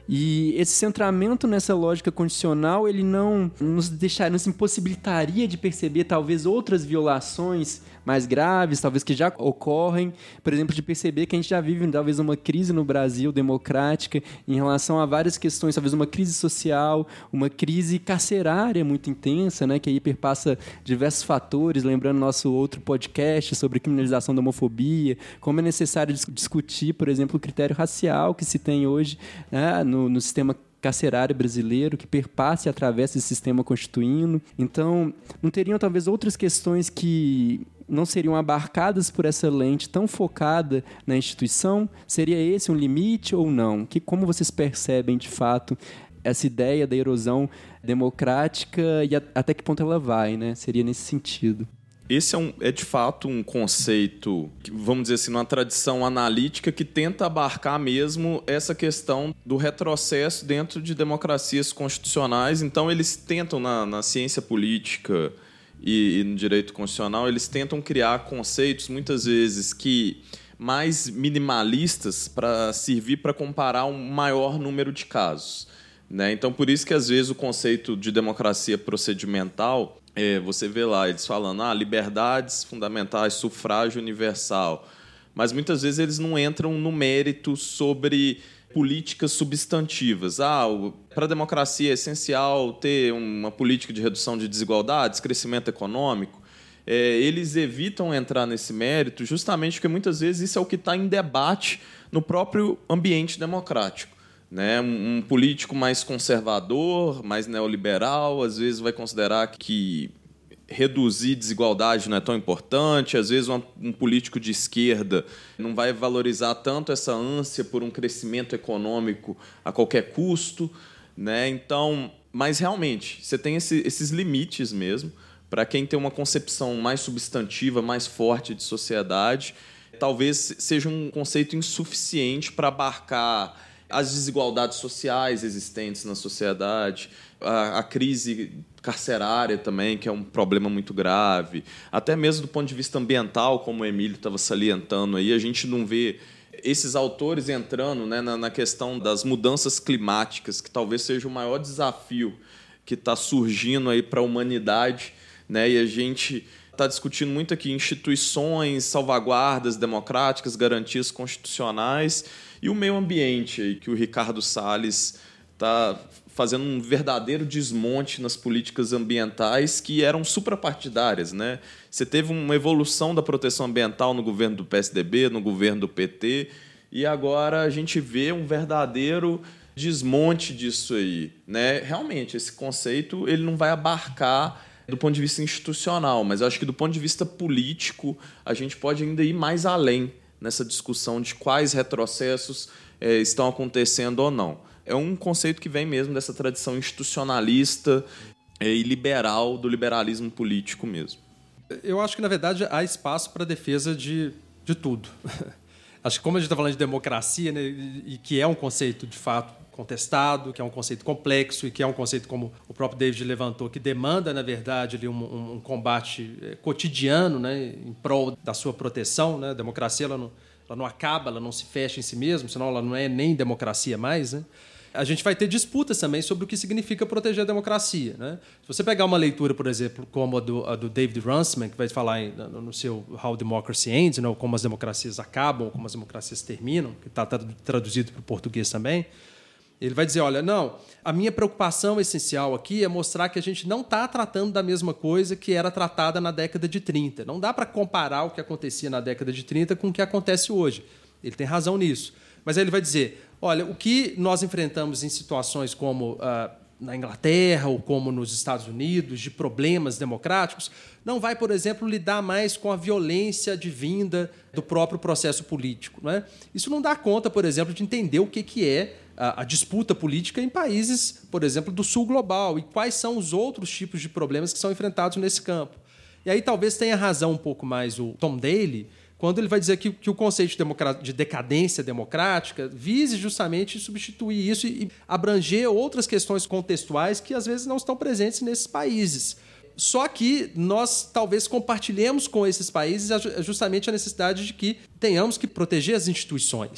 E esse centramento nessa lógica constitucional, ele não nos deixaria, nos impossibilitaria de perceber talvez outras violações mais graves, talvez que já ocorrem, por exemplo, de perceber que a gente já vive talvez uma crise no Brasil democrática em relação a várias questões, talvez uma crise social, uma crise carcerária muito intensa, né, que aí perpassa diversos fatores, lembrando nosso outro podcast sobre criminalização da homofobia, como é necessário discutir, por exemplo, o critério racial que se tem hoje, né, no, no sistema carcerário brasileiro, que perpasse através desse sistema constituindo. Então, não teriam talvez outras questões que não seriam abarcadas por essa lente tão focada na instituição? Seria esse um limite ou não? Que, como vocês percebem, de fato, essa ideia da erosão democrática e a, até que ponto ela vai, né? Seria nesse sentido. Esse é, um, é, de fato, um conceito, vamos dizer assim, uma tradição analítica que tenta abarcar mesmo essa questão do retrocesso dentro de democracias constitucionais. Então, eles tentam, na, na ciência política e, e no direito constitucional, eles tentam criar conceitos, muitas vezes, que mais minimalistas para servir para comparar um maior número de casos, né? Então, por isso que, às vezes, o conceito de democracia procedimental... É, você vê lá eles falando ah, liberdades fundamentais, sufrágio universal, mas muitas vezes eles não entram no mérito sobre políticas substantivas. Ah, para a democracia é essencial ter uma política de redução de desigualdades, crescimento econômico. É, eles evitam entrar nesse mérito justamente porque muitas vezes isso é o que está em debate no próprio ambiente democrático. Né? Um, um político mais conservador, mais neoliberal, às vezes vai considerar que reduzir desigualdade não é tão importante, às vezes um, um político de esquerda não vai valorizar tanto essa ânsia por um crescimento econômico a qualquer custo, né? Então, mas realmente, você tem esse, esses limites mesmo, para quem tem uma concepção mais substantiva, mais forte de sociedade, talvez seja um conceito insuficiente para abarcar as desigualdades sociais existentes na sociedade, a, a crise carcerária também, que é um problema muito grave, até mesmo do ponto de vista ambiental, como o Emílio estava salientando aí, a gente não vê esses autores entrando, né, na, na questão das mudanças climáticas, que talvez seja o maior desafio que está surgindo aí para a humanidade, né, e a gente está discutindo muito aqui instituições, salvaguardas democráticas, garantias constitucionais e o meio ambiente, aí, que o Ricardo Salles está fazendo um verdadeiro desmonte nas políticas ambientais que eram suprapartidárias, né? Você teve uma evolução da proteção ambiental no governo do P S D B, no governo do P T, e agora a gente vê um verdadeiro desmonte disso aí, né? Realmente, esse conceito ele não vai abarcar do ponto de vista institucional, mas eu acho que do ponto de vista político a gente pode ainda ir mais além nessa discussão de quais retrocessos é, estão acontecendo ou não. É um conceito que vem mesmo dessa tradição institucionalista é, e liberal, do liberalismo político mesmo. Eu acho que, na verdade, há espaço para a defesa de, de tudo. Acho que como a gente está falando de democracia, né, e que é um conceito, de fato, contestado, que é um conceito complexo e que é um conceito, como o próprio David levantou, que demanda, na verdade, ali um, um combate cotidiano, né, em prol da sua proteção. Né? A democracia ela não, ela não acaba, ela não se fecha em si mesma, senão ela não é nem democracia mais. Né? A gente vai ter disputas também sobre o que significa proteger a democracia. Né? Se você pegar uma leitura, por exemplo, como a do, a do David Runciman, que vai falar em, no, no seu How Democracy Ends, né, como as democracias acabam, como as democracias terminam, que está traduzido para o português também, ele vai dizer, olha, não, a minha preocupação essencial aqui é mostrar que a gente não está tratando da mesma coisa que era tratada na década de trinta. Não dá para comparar o que acontecia na década de trinta com o que acontece hoje. Ele tem razão nisso. Mas aí ele vai dizer, olha, o que nós enfrentamos em situações como uh, na Inglaterra ou como nos Estados Unidos, de problemas democráticos, não vai, por exemplo, lidar mais com a violência advinda do próprio processo político. Não é? Isso não dá conta, por exemplo, de entender o que, que é a, a disputa política em países, por exemplo, do sul global e quais são os outros tipos de problemas que são enfrentados nesse campo. E aí talvez tenha razão um pouco mais o Tom Daley, quando ele vai dizer que, que o conceito de, democra- de decadência democrática vise justamente substituir isso e, e abranger outras questões contextuais que às vezes não estão presentes nesses países. Só que nós talvez compartilhemos com esses países justamente a necessidade de que tenhamos que proteger as instituições.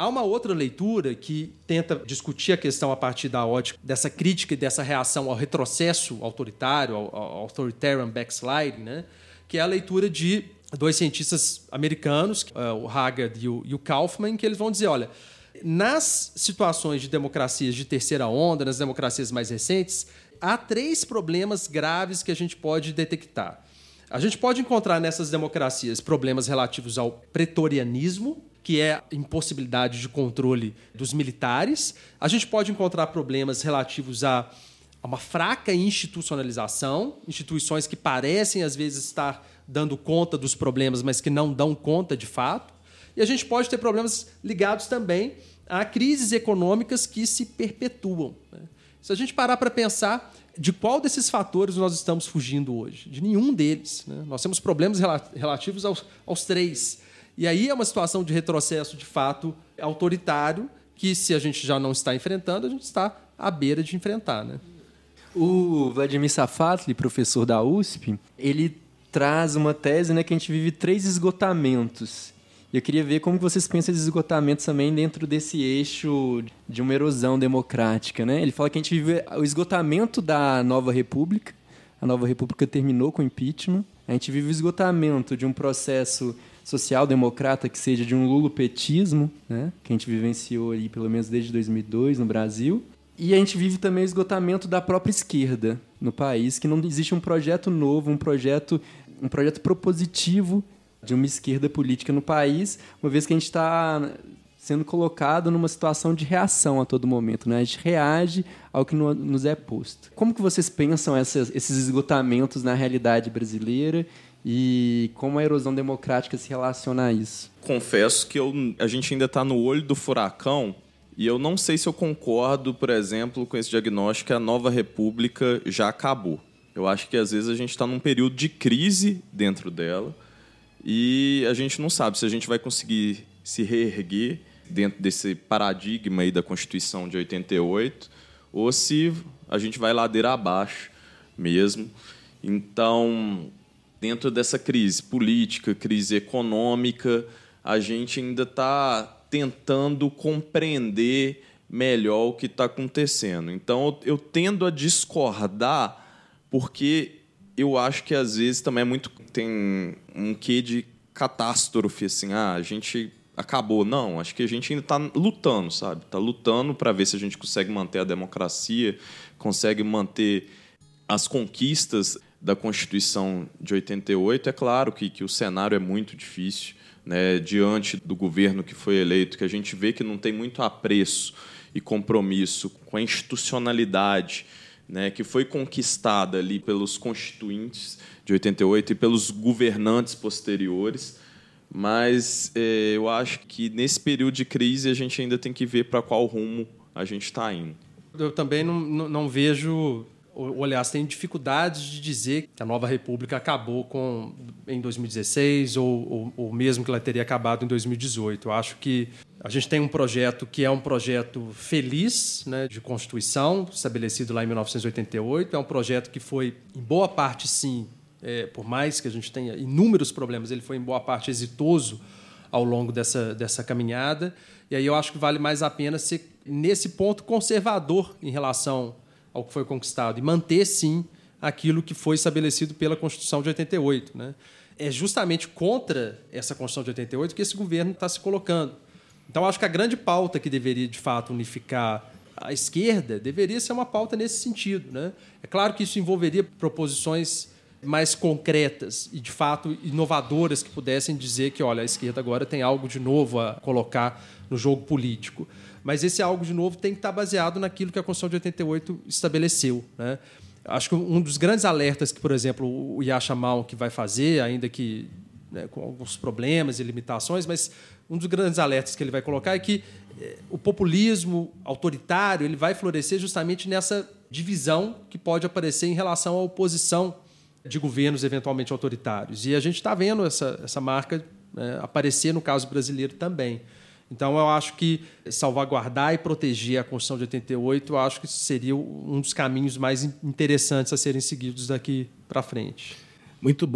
Há uma outra leitura que tenta discutir a questão a partir da ótica dessa crítica e dessa reação ao retrocesso autoritário, ao, ao authoritarian backsliding, né? Que é a leitura de dois cientistas americanos, o Haggard e o, e o Kaufman, que eles vão dizer, olha, nas situações de democracias de terceira onda, nas democracias mais recentes, há três problemas graves que a gente pode detectar. A gente pode encontrar nessas democracias problemas relativos ao pretorianismo, que é a impossibilidade de controle dos militares. A gente pode encontrar problemas relativos a uma fraca institucionalização, instituições que parecem, às vezes, estar dando conta dos problemas, mas que não dão conta de fato. E a gente pode ter problemas ligados também a crises econômicas que se perpetuam. Se a gente parar para pensar de qual desses fatores nós estamos fugindo hoje, de nenhum deles, né? Nós temos problemas relativos aos, aos três. E aí é uma situação de retrocesso, de fato, autoritário, que, se a gente já não está enfrentando, a gente está à beira de enfrentar, né? O Vladimir Safatli, professor da U S P, ele traz uma tese, né, que a gente vive três esgotamentos. E eu queria ver como vocês pensam esses esgotamentos também dentro desse eixo de uma erosão democrática, né? Ele fala que a gente vive o esgotamento da nova república. A nova república terminou com o impeachment. A gente vive o esgotamento de um processo social-democrata que seja de um lulopetismo, né? Que a gente vivenciou aí pelo menos desde dois mil e dois no Brasil. E a gente vive também o esgotamento da própria esquerda no país, que não existe um projeto novo, um projeto, um projeto propositivo de uma esquerda política no país, uma vez que a gente está sendo colocado numa situação de reação a todo momento, né? A gente reage ao que nos é posto. Como que vocês pensam essas, esses esgotamentos na realidade brasileira e como a erosão democrática se relaciona a isso? Confesso que eu, a gente ainda está no olho do furacão e eu não sei se eu concordo, por exemplo, com esse diagnóstico que a nova república já acabou. Eu acho que às vezes a gente está num período de crise dentro dela e a gente não sabe se a gente vai conseguir se reerguer dentro desse paradigma aí da Constituição de oitenta e oito ou se a gente vai ladeira abaixo mesmo. Então, dentro dessa crise política, crise econômica, a gente ainda está tentando compreender melhor o que está acontecendo. Então, eu, eu tendo a discordar porque eu acho que, às vezes, também é muito... Tem um quê de catástrofe, assim, ah, a gente acabou. Não, acho que a gente ainda está lutando, sabe? Está lutando para ver se a gente consegue manter a democracia, consegue manter as conquistas da Constituição de oitenta e oito. É claro que, que o cenário é muito difícil, né? Diante do governo que foi eleito, que a gente vê que não tem muito apreço e compromisso com a institucionalidade, né, que foi conquistada ali pelos constituintes de oitenta e oito e pelos governantes posteriores, mas é, eu acho que nesse período de crise a gente ainda tem que ver para qual rumo a gente está indo. Eu também não, não, não vejo... Ou, aliás, tem dificuldades de dizer que a nova república acabou com, em dois mil e dezesseis ou, ou, ou mesmo que ela teria acabado em dois mil e dezoito. Eu acho que a gente tem um projeto que é um projeto feliz, né, de Constituição, estabelecido lá em mil novecentos e oitenta e oito. É um projeto que foi, em boa parte, sim, é, por mais que a gente tenha inúmeros problemas, ele foi, em boa parte, exitoso ao longo dessa, dessa caminhada. E aí eu acho que vale mais a pena ser, nesse ponto, conservador em relação ao que foi conquistado e manter, sim, aquilo que foi estabelecido pela Constituição de oitenta e oito. Né? É justamente contra essa Constituição de oitenta e oito que esse governo está se colocando. Então, acho que a grande pauta que deveria, de fato, unificar a esquerda deveria ser uma pauta nesse sentido. Né? É claro que isso envolveria proposições mais concretas e, de fato, inovadoras que pudessem dizer que, olha, a esquerda agora tem algo de novo a colocar no jogo político. Mas esse algo de novo tem que estar baseado naquilo que a Constituição de oitenta e oito estabeleceu. Né? Acho que um dos grandes alertas que, por exemplo, o Yasha Malk vai fazer, ainda que, né, com alguns problemas e limitações, mas um dos grandes alertas que ele vai colocar é que eh, o populismo autoritário ele vai florescer justamente nessa divisão que pode aparecer em relação à oposição de governos eventualmente autoritários. E a gente está vendo essa, essa marca, né, aparecer no caso brasileiro também. Então, eu acho que salvaguardar e proteger a Constituição de oitenta e oito, eu acho que seria um dos caminhos mais interessantes a serem seguidos daqui para frente. Muito bom.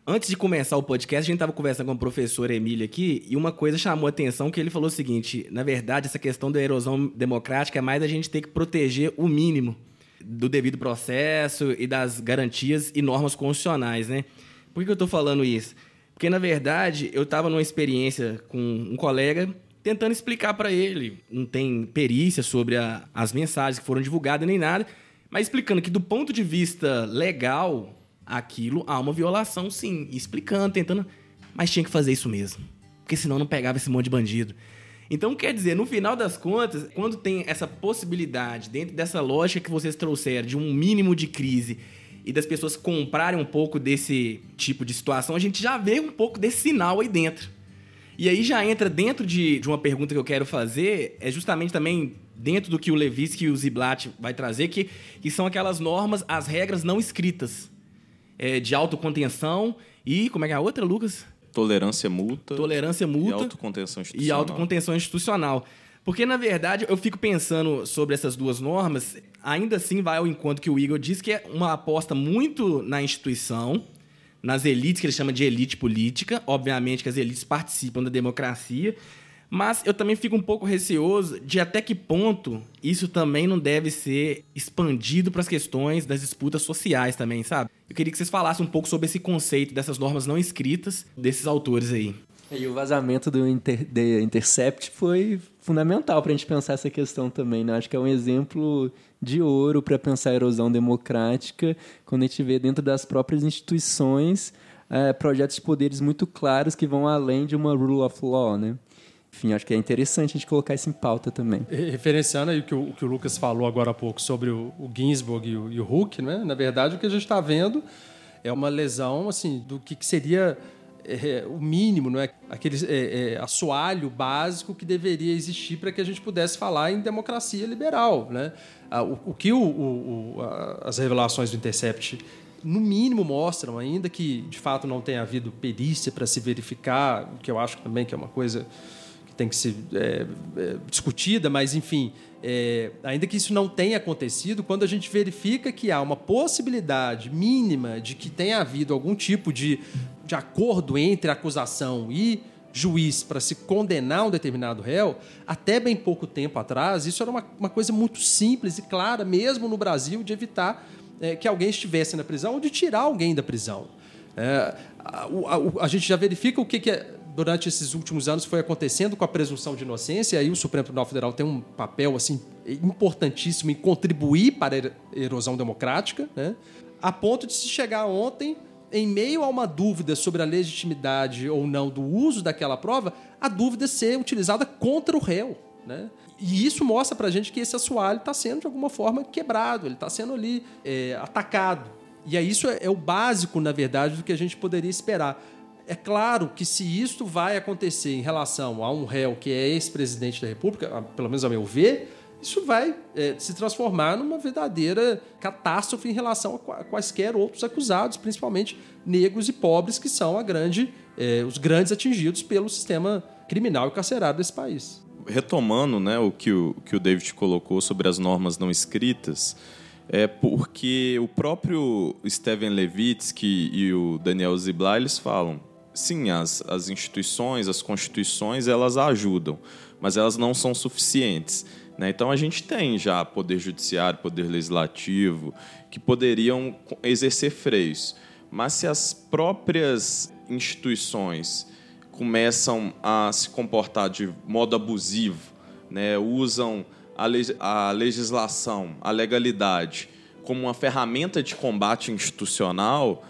Antes de começar o podcast, a gente estava conversando com a professora Emília aqui e uma coisa chamou a atenção, que ele falou o seguinte: na verdade, essa questão da erosão democrática é mais a gente ter que proteger o mínimo do devido processo e das garantias e normas constitucionais, né? Por que eu estou falando isso? Porque, na verdade, eu estava numa experiência com um colega tentando explicar para ele, não tem perícia sobre a, as mensagens que foram divulgadas nem nada, mas explicando que, do ponto de vista legal, aquilo há uma violação, sim. E explicando, tentando, mas tinha que fazer isso mesmo, porque senão não pegava esse monte de bandido. Então, quer dizer, no final das contas, quando tem essa possibilidade, dentro dessa lógica que vocês trouxeram, de um mínimo de crise e das pessoas comprarem um pouco desse tipo de situação, a gente já vê um pouco desse sinal aí dentro. E aí já entra dentro de, de uma pergunta que eu quero fazer, é justamente também dentro do que o Levitsky e o Ziblatt vai trazer, que, que são aquelas normas, as regras não escritas, é, de autocontenção e, como é que é a outra, Lucas? Tolerância multa. Tolerância multa. E autocontenção institucional. E autocontenção institucional. Porque, na verdade, eu fico pensando sobre essas duas normas, ainda assim vai ao encontro que o Igor diz, que é uma aposta muito na instituição, nas elites, que ele chama de elite política. Obviamente que as elites participam da democracia, mas eu também fico um pouco receoso de até que ponto isso também não deve ser expandido para as questões das disputas sociais também, sabe? Eu queria que vocês falassem um pouco sobre esse conceito dessas normas não escritas desses autores aí. E o vazamento do Inter, The Intercept foi fundamental para a gente pensar essa questão também, né? Acho que é um exemplo de ouro para pensar a erosão democrática, quando a gente vê dentro das próprias instituições é, projetos de poderes muito claros que vão além de uma rule of law, né? Enfim, acho que é interessante a gente colocar isso em pauta também. Referenciando aí o que o, o, que o Lucas falou agora há pouco sobre o, o Ginsburg e o, e o Huck, né? Na verdade, o que a gente está vendo é uma lesão assim, do que, que seria é, o mínimo, não é? Aquele é, é, assoalho básico que deveria existir para que a gente pudesse falar em democracia liberal, né? O, o que o, o, a, as revelações do Intercept, no mínimo, mostram, ainda que de fato não tenha havido perícia para se verificar, o que eu acho também que é uma coisa tem que ser é, é, discutida, mas, enfim, é, ainda que isso não tenha acontecido, quando a gente verifica que há uma possibilidade mínima de que tenha havido algum tipo de, de acordo entre acusação e juiz para se condenar um determinado réu, até bem pouco tempo atrás, isso era uma, uma coisa muito simples e clara, mesmo no Brasil, de evitar é, que alguém estivesse na prisão ou de tirar alguém da prisão. É, a, a, a gente já verifica o que, que é... durante esses últimos anos foi acontecendo com a presunção de inocência, e aí o Supremo Tribunal Federal tem um papel assim, importantíssimo em contribuir para a erosão democrática, né? A ponto de se chegar ontem, em meio a uma dúvida sobre a legitimidade ou não do uso daquela prova, a dúvida ser utilizada contra o réu, né? E isso mostra para a gente que esse assoalho está sendo, de alguma forma, quebrado, ele está sendo ali é, atacado. E aí isso é, é o básico, na verdade, do que a gente poderia esperar. É claro que se isto vai acontecer em relação a um réu que é ex-presidente da República, pelo menos a meu ver, isso vai é, se transformar numa verdadeira catástrofe em relação a quaisquer outros acusados, principalmente negros e pobres, que são a grande, é, os grandes atingidos pelo sistema criminal e carcerário desse país. Retomando, né, o, que o que o David colocou sobre as normas não escritas, é porque o próprio Steven Levitsky e o Daniel Ziblatt, eles falam, sim, as, as instituições, as constituições, elas ajudam, mas elas não são suficientes, né? Então, a gente tem já poder judiciário, poder legislativo, que poderiam exercer freios. Mas se as próprias instituições começam a se comportar de modo abusivo, né? Usam a, leg- a legislação, a legalidade, como uma ferramenta de combate institucional,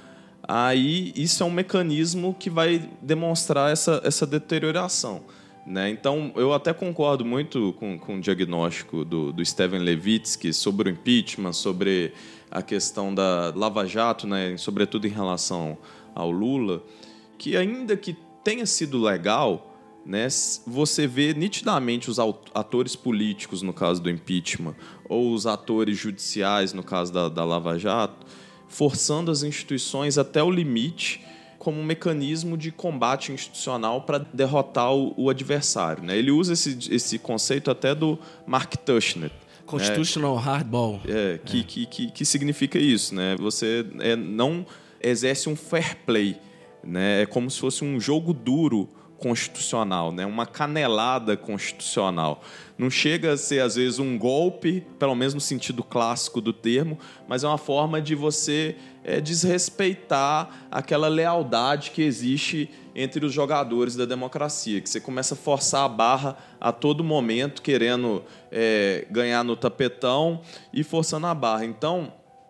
aí isso é um mecanismo que vai demonstrar essa, essa deterioração, né? Então, eu até concordo muito com, com o diagnóstico do, do Steven Levitsky sobre o impeachment, sobre a questão da Lava Jato, né? Sobretudo em relação ao Lula, que ainda que tenha sido legal, né, você vê nitidamente os atores políticos, no caso do impeachment, ou os atores judiciais, no caso da, da Lava Jato, forçando as instituições até o limite como um mecanismo de combate institucional para derrotar o, o adversário, né? Ele usa esse, esse conceito até do Mark Tushnet. Constitutional né? hardball. É, que, é. Que, que, que significa isso, né? Você é, não exerce um fair play né? É como se fosse um jogo duro constitucional, né? Uma canelada constitucional. Não chega a ser, às vezes, um golpe, pelo menos no sentido clássico do termo, mas é uma forma de você é, desrespeitar aquela lealdade que existe entre os jogadores da democracia, que você começa a forçar a barra a todo momento, querendo é, ganhar no tapetão e forçando a barra. Então,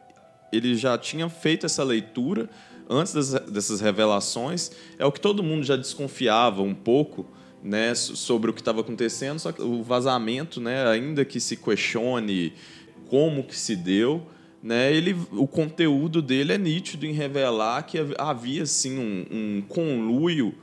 ele já tinha feito essa leitura antes das, dessas revelações. É o que todo mundo já desconfiava um pouco, né, sobre o que estava acontecendo, só que o vazamento, né, ainda que se questione como que se deu, né, ele, o conteúdo dele é nítido em revelar que havia sim, um, um conluio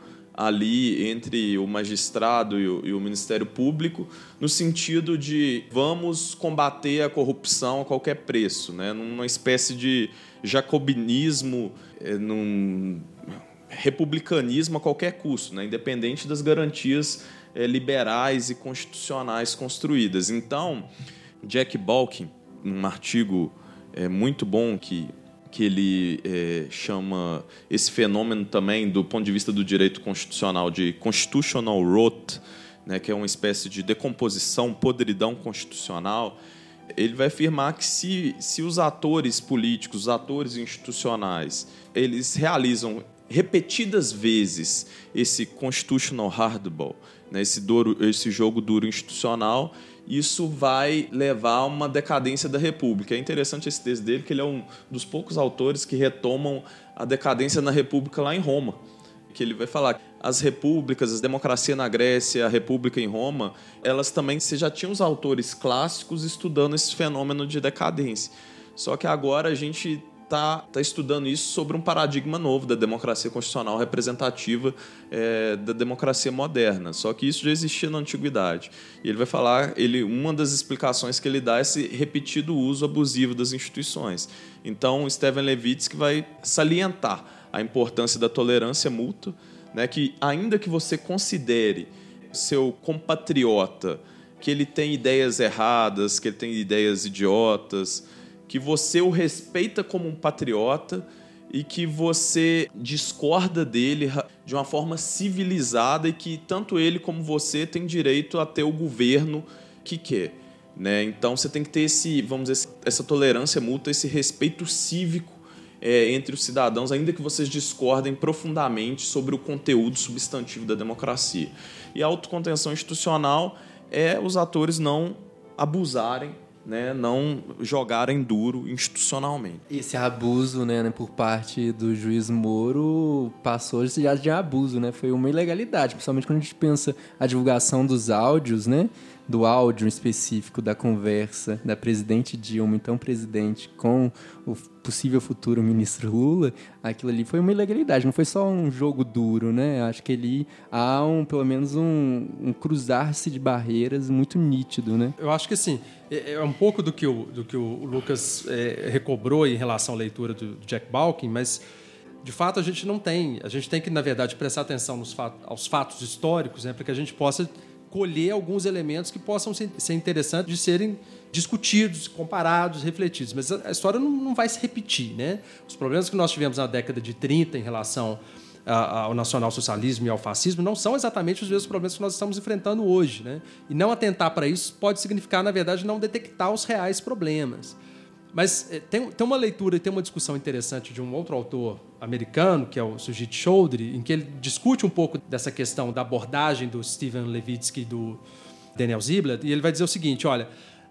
ali entre o magistrado e o, e o Ministério Público, no sentido de vamos combater a corrupção a qualquer preço, né, numa espécie de jacobinismo, é, num republicanismo a qualquer custo, né, independente das garantias é, liberais e constitucionais construídas. Então, Jack Balkin, num artigo é, muito bom que, que ele é, chama esse fenômeno também, do ponto de vista do direito constitucional, de constitutional rot, né, que é uma espécie de decomposição, podridão constitucional. Ele vai afirmar que se, se os atores políticos, os atores institucionais, eles realizam repetidas vezes esse constitutional hardball, né, esse, duro, esse jogo duro institucional, isso vai levar a uma decadência da República. É interessante esse texto dele, que ele é um dos poucos autores que retomam a decadência na República lá em Roma, que ele vai falar as repúblicas, a democracia na Grécia, a República em Roma, elas também, você já tinha os autores clássicos estudando esse fenômeno de decadência. Só que agora a gente está tá estudando isso sobre um paradigma novo da democracia constitucional representativa, é, da democracia moderna. Só que isso já existia na antiguidade. E ele vai falar, ele, uma das explicações que ele dá é esse repetido uso abusivo das instituições. Então, Stephen Levitsky vai salientar a importância da tolerância mútua, né, que ainda que você considere seu compatriota que ele tem ideias erradas, que ele tem ideias idiotas, que você o respeita como um patriota e que você discorda dele de uma forma civilizada e que tanto ele como você tem direito a ter o governo que quer, né? Então você tem que ter esse, vamos dizer, essa tolerância mútua, esse respeito cívico é, entre os cidadãos, ainda que vocês discordem profundamente sobre o conteúdo substantivo da democracia. E a autocontenção institucional é os atores não abusarem, né, não jogarem duro institucionalmente. Esse abuso, né, por parte do juiz Moro passou já de abuso, né? Foi uma ilegalidade, principalmente quando a gente pensa a divulgação dos áudios, né? Do áudio específico da conversa da presidente Dilma, então presidente, com o possível futuro ministro Lula, aquilo ali foi uma ilegalidade, não foi só um jogo duro, né? Acho que ali há um, pelo menos um, um cruzar-se de barreiras muito nítido, né? Eu acho que assim, é um pouco do que o, do que o Lucas é, recobrou em relação à leitura do Jack Balkin, mas de fato a gente não tem, a gente tem que, na verdade, prestar atenção nos fatos, aos fatos históricos, né, para que a gente possa colher alguns elementos que possam ser interessantes de serem discutidos, comparados, refletidos. Mas a história não, não vai se repetir, né? Os problemas que nós tivemos na década de trinta em relação a, ao nacionalsocialismo e ao fascismo não são exatamente os mesmos problemas que nós estamos enfrentando hoje, né? E não atentar para isso pode significar, na verdade, não detectar os reais problemas. Mas tem, tem uma leitura e tem uma discussão interessante de um outro autor americano, que é o Sujit Choudhury, em que ele discute um pouco dessa questão da abordagem do Stephen Levitsky e do Daniel Ziblatt, e ele vai dizer o seguinte, olha,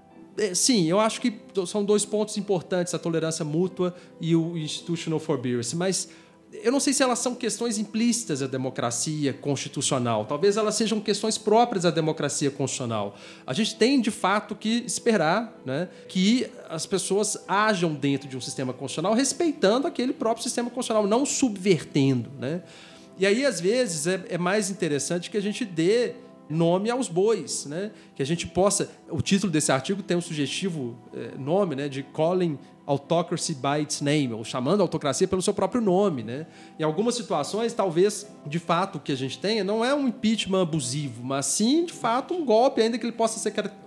sim, eu acho que são dois pontos importantes, a tolerância mútua e o institutional forbearance, mas eu não sei se elas são questões implícitas à democracia constitucional. Talvez elas sejam questões próprias à democracia constitucional. A gente tem, de fato, que esperar, né, que as pessoas ajam dentro de um sistema constitucional respeitando aquele próprio sistema constitucional, não subvertendo, né? E aí, às vezes, é, é mais interessante que a gente dê nome aos bois, né? Que a gente possa... O título desse artigo tem um sugestivo é, nome, né, de Calling Autocracy by its name, ou chamando a autocracia pelo seu próprio nome, né? Em algumas situações, talvez, de fato, o que a gente tenha não é um impeachment abusivo, mas sim, de fato, um golpe, ainda que ele possa ser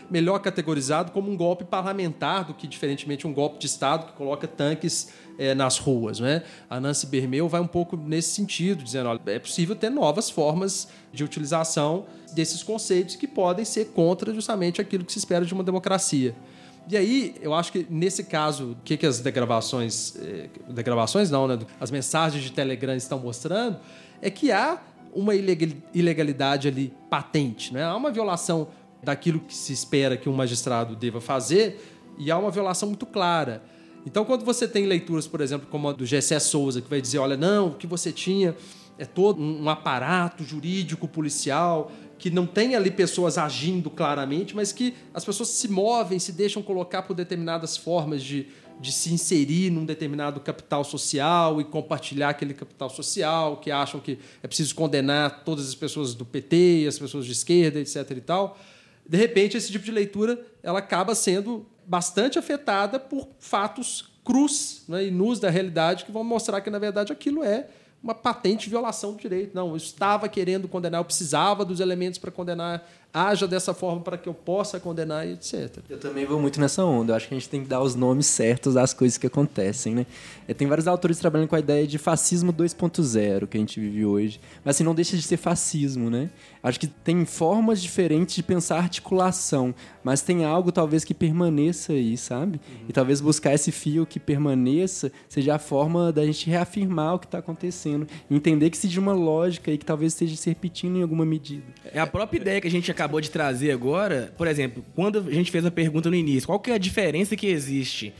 melhor categorizado como um golpe parlamentar do que, diferentemente, um golpe de Estado que coloca tanques é, nas ruas. Né? A Nancy Bermel vai um pouco nesse sentido, dizendo olha, é possível ter novas formas de utilização desses conceitos que podem ser contra justamente aquilo que se espera de uma democracia. E aí, eu acho que, nesse caso, o que, que as degravações... Eh, degravações não, né? As mensagens de Telegram estão mostrando é que há uma ilegalidade ali patente. Né? Há uma violação daquilo que se espera que um magistrado deva fazer e há uma violação muito clara. Então, quando você tem leituras, por exemplo, como a do Gessé Souza, que vai dizer, olha, não, o que você tinha é todo um aparato jurídico, policial, que não tem ali pessoas agindo claramente, mas que as pessoas se movem, se deixam colocar por determinadas formas de, de se inserir num determinado capital social e compartilhar aquele capital social, que acham que é preciso condenar todas as pessoas do P T, as pessoas de esquerda, etc e tal. De repente, esse tipo de leitura ela acaba sendo bastante afetada por fatos crus, né, e nus da realidade que vão mostrar que, na verdade, aquilo é uma patente violação do direito. Não, eu estava querendo condenar, eu precisava dos elementos para condenar, haja dessa forma para que eu possa condenar, e etcétera. Eu também vou muito nessa onda. Eu acho que a gente tem que dar os nomes certos às coisas que acontecem, né? Tem vários autores trabalhando com a ideia de fascismo dois ponto zero, que a gente vive hoje. Mas assim, não deixa de ser fascismo, né? Acho que tem formas diferentes de pensar articulação, mas tem algo talvez que permaneça aí, sabe? Uhum. E talvez buscar esse fio que permaneça seja a forma da gente reafirmar o que está acontecendo. E entender que existe uma lógica aí que talvez esteja se repetindo em alguma medida. É a própria ideia que a gente acabou de trazer agora. Por exemplo, quando a gente fez a pergunta no início, qual que é a diferença que existe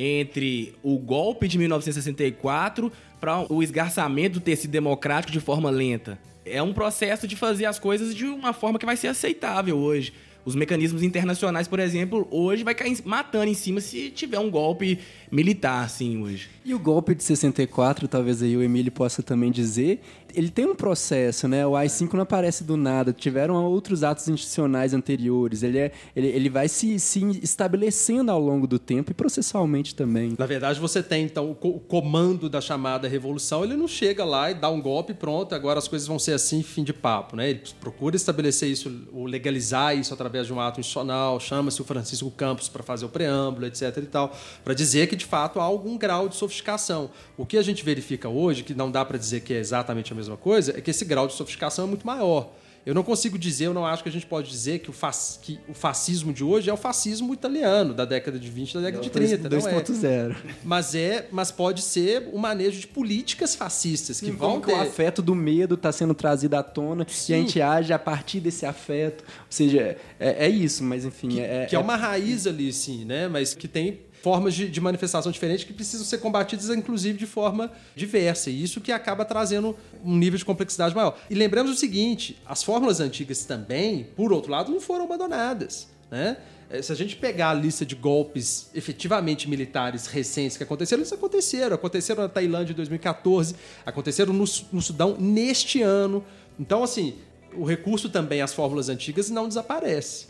entre o golpe de mil novecentos e sessenta e quatro para o esgarçamento do tecido democrático de forma lenta? É um processo de fazer as coisas de uma forma que vai ser aceitável hoje. Os mecanismos internacionais, por exemplo, hoje vai cair matando em cima se tiver um golpe militar, assim, hoje. E o golpe de sessenta e quatro, talvez aí o Emílio possa também dizer, ele tem um processo, né? O A I cinco não aparece do nada, tiveram outros atos institucionais anteriores, ele, é, ele, ele vai se, se estabelecendo ao longo do tempo e processualmente também. Na verdade, você tem, então, o, co- o comando da chamada revolução, ele não chega lá e dá um golpe e pronto, agora as coisas vão ser assim, fim de papo, né? Ele procura estabelecer isso, ou legalizar isso através de um ato institucional, chama-se o Francisco Campos para fazer o preâmbulo, etc e tal, para dizer que, de fato, há algum grau de sofisticação. O que a gente verifica hoje, que não dá para dizer que é exatamente a mesma coisa, é que esse grau de sofisticação é muito maior. Eu não consigo dizer, eu não acho que a gente pode dizer que o, fac, que o fascismo de hoje é o fascismo italiano, da década de vinte, da década de trinta. dois ponto zero. Mas, é, mas pode ser o manejo de políticas fascistas que Sim, vão ter... ter... O afeto do medo está sendo trazido à tona. Sim. E a gente age a partir desse afeto. Ou seja, é, é isso, mas enfim... Que é, que é uma raiz ali, sim, né? Mas que tem formas de, de manifestação diferentes que precisam ser combatidas, inclusive, de forma diversa. E isso que acaba trazendo um nível de complexidade maior. E lembramos o seguinte, as fórmulas antigas também, por outro lado, não foram abandonadas, né? Se a gente pegar a lista de golpes efetivamente militares recentes que aconteceram, eles aconteceram. Aconteceram na Tailândia em dois mil e quatorze, aconteceram no, no Sudão neste ano. Então, assim, o recurso também às fórmulas antigas não desaparece.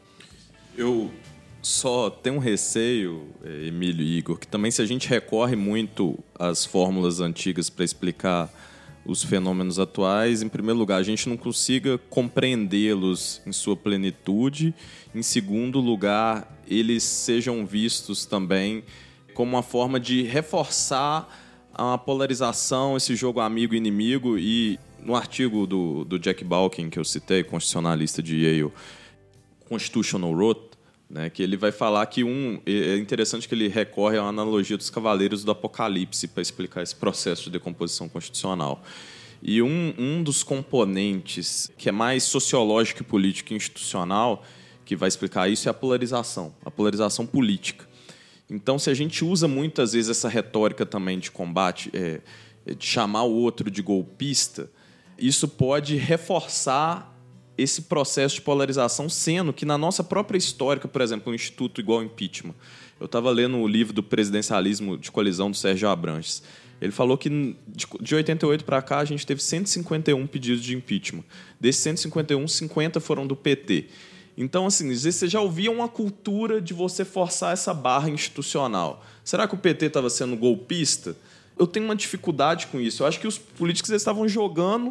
Eu só tenho um receio, Emílio e Igor, que também se a gente recorre muito às fórmulas antigas para explicar os fenômenos atuais, em primeiro lugar, a gente não consiga compreendê-los em sua plenitude. Em segundo lugar, eles sejam vistos também como uma forma de reforçar a polarização, esse jogo amigo-inimigo. E no artigo do, do Jack Balkin, que eu citei, constitucionalista de Yale, Constitutional Rot, né, que ele vai falar que um é interessante que ele recorre à analogia dos cavaleiros do Apocalipse para explicar esse processo de decomposição constitucional. E um, um dos componentes que é mais sociológico, político e institucional que vai explicar isso é a polarização, a polarização política. Então, se a gente usa muitas vezes essa retórica também de combate, é, de chamar o outro de golpista, isso pode reforçar esse processo de polarização, sendo que na nossa própria história, por exemplo, um instituto igual ao impeachment. Eu estava lendo o livro do Presidencialismo de Colisão, do Sérgio Abranches. Ele falou que de oitenta e oito para cá a gente teve cento e cinquenta e um pedidos de impeachment. Desses cento e cinquenta e um, cinquenta foram do P T. Então, assim, às vezes você já ouvia uma cultura de você forçar essa barra institucional. Será que o P T estava sendo golpista? Eu tenho uma dificuldade com isso. Eu acho que os políticos eles estavam jogando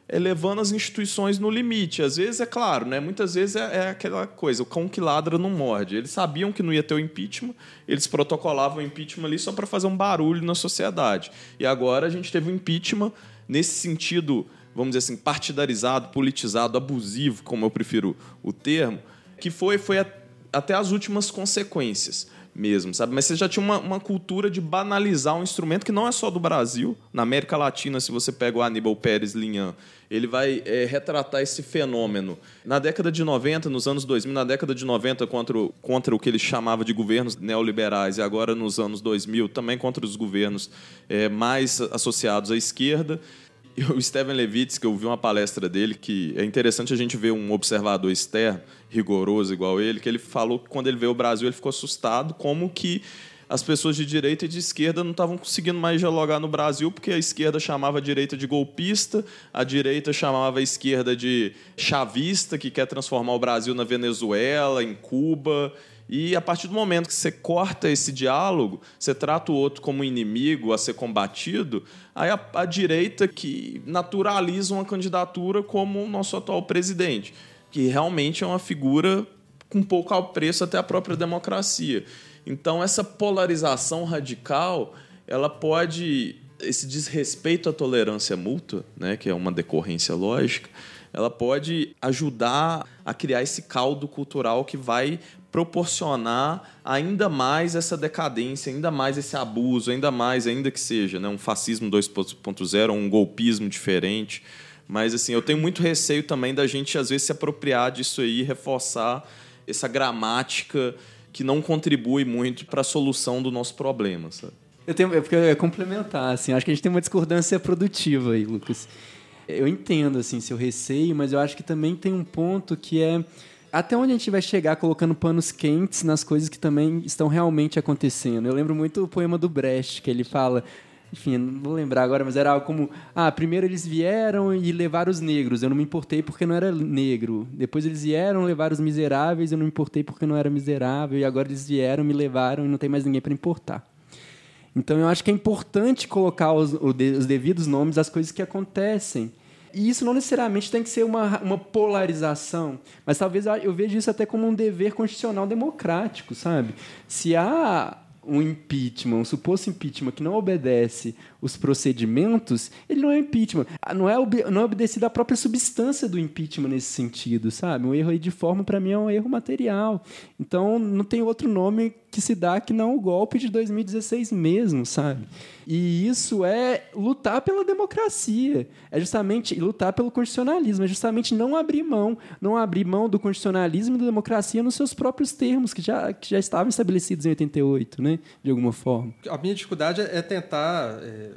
é, levando as instituições no limite. Às vezes, é claro, né? Muitas vezes é, é aquela coisa, o cão que ladra não morde. Eles sabiam que não ia ter o impeachment, eles protocolavam o impeachment ali só para fazer um barulho na sociedade. E agora a gente teve o impeachment nesse sentido, vamos dizer assim, partidarizado, politizado, abusivo, como eu prefiro o termo, que foi, foi a, até as últimas consequências mesmo, sabe? Mas você já tinha uma, uma cultura de banalizar um instrumento que não é só do Brasil. Na América Latina, se você pega o Aníbal Pérez Linhan, ele vai é, retratar esse fenômeno. Na década de noventa, nos anos dois mil, na década de noventa, contra o, contra o que ele chamava de governos neoliberais, e agora nos anos dois mil, também contra os governos é, mais associados à esquerda. E o Steven Levitsky, eu vi uma palestra dele que é interessante a gente ver um observador externo, rigoroso igual ele, que ele falou que quando ele veio ao Brasil ele ficou assustado como que as pessoas de direita e de esquerda não estavam conseguindo mais dialogar no Brasil, porque a esquerda chamava a direita de golpista, a direita chamava a esquerda de chavista, que quer transformar o Brasil na Venezuela, em Cuba. E a partir do momento que você corta esse diálogo, você trata o outro como inimigo a ser combatido, aí a, a direita que naturaliza uma candidatura como o nosso atual presidente, que realmente é uma figura com pouco apreço até a própria democracia. Então, essa polarização radical, ela pode, esse desrespeito à tolerância mútua, né, que é uma decorrência lógica, ela pode ajudar a criar esse caldo cultural que vai proporcionar ainda mais essa decadência, ainda mais esse abuso, ainda mais, ainda que seja, né, um fascismo dois ponto zero, um golpismo diferente. Mas assim, eu tenho muito receio também da gente, às vezes, se apropriar disso aí e reforçar essa gramática que não contribui muito para a solução do nosso problema, sabe? Eu tenho, é porque eu ia complementar, assim, acho que a gente tem uma discordância produtiva aí, Lucas. Eu entendo, assim, seu receio, mas eu acho que também tem um ponto que é até onde a gente vai chegar colocando panos quentes nas coisas que também estão realmente acontecendo. Eu lembro muito o poema do Brecht, que ele fala, enfim, não vou lembrar agora, mas era algo como, ah, primeiro eles vieram e levaram os negros, eu não me importei porque não era negro. Depois eles vieram levar os miseráveis, eu não me importei porque não era miserável. E agora eles vieram, me levaram e não tem mais ninguém para importar. Então, eu acho que é importante colocar os, os devidos nomes às coisas que acontecem. E isso não necessariamente tem que ser uma, uma polarização, mas talvez eu veja isso até como um dever constitucional democrático, sabe? Se há um impeachment, um suposto impeachment que não obedece os procedimentos, ele não é impeachment. Não é, ob- não é obedecido à própria substância do impeachment nesse sentido, sabe? Um erro aí de forma, para mim, é um erro material. Então, não tem outro nome que se dá que não o golpe de dois mil e dezesseis mesmo, sabe? E isso é lutar pela democracia, é justamente lutar pelo constitucionalismo, é justamente não abrir mão, não abrir mão do constitucionalismo e da democracia nos seus próprios termos, que já, que já estavam estabelecidos em oitenta e oito, né? De alguma forma. A minha dificuldade é tentar é,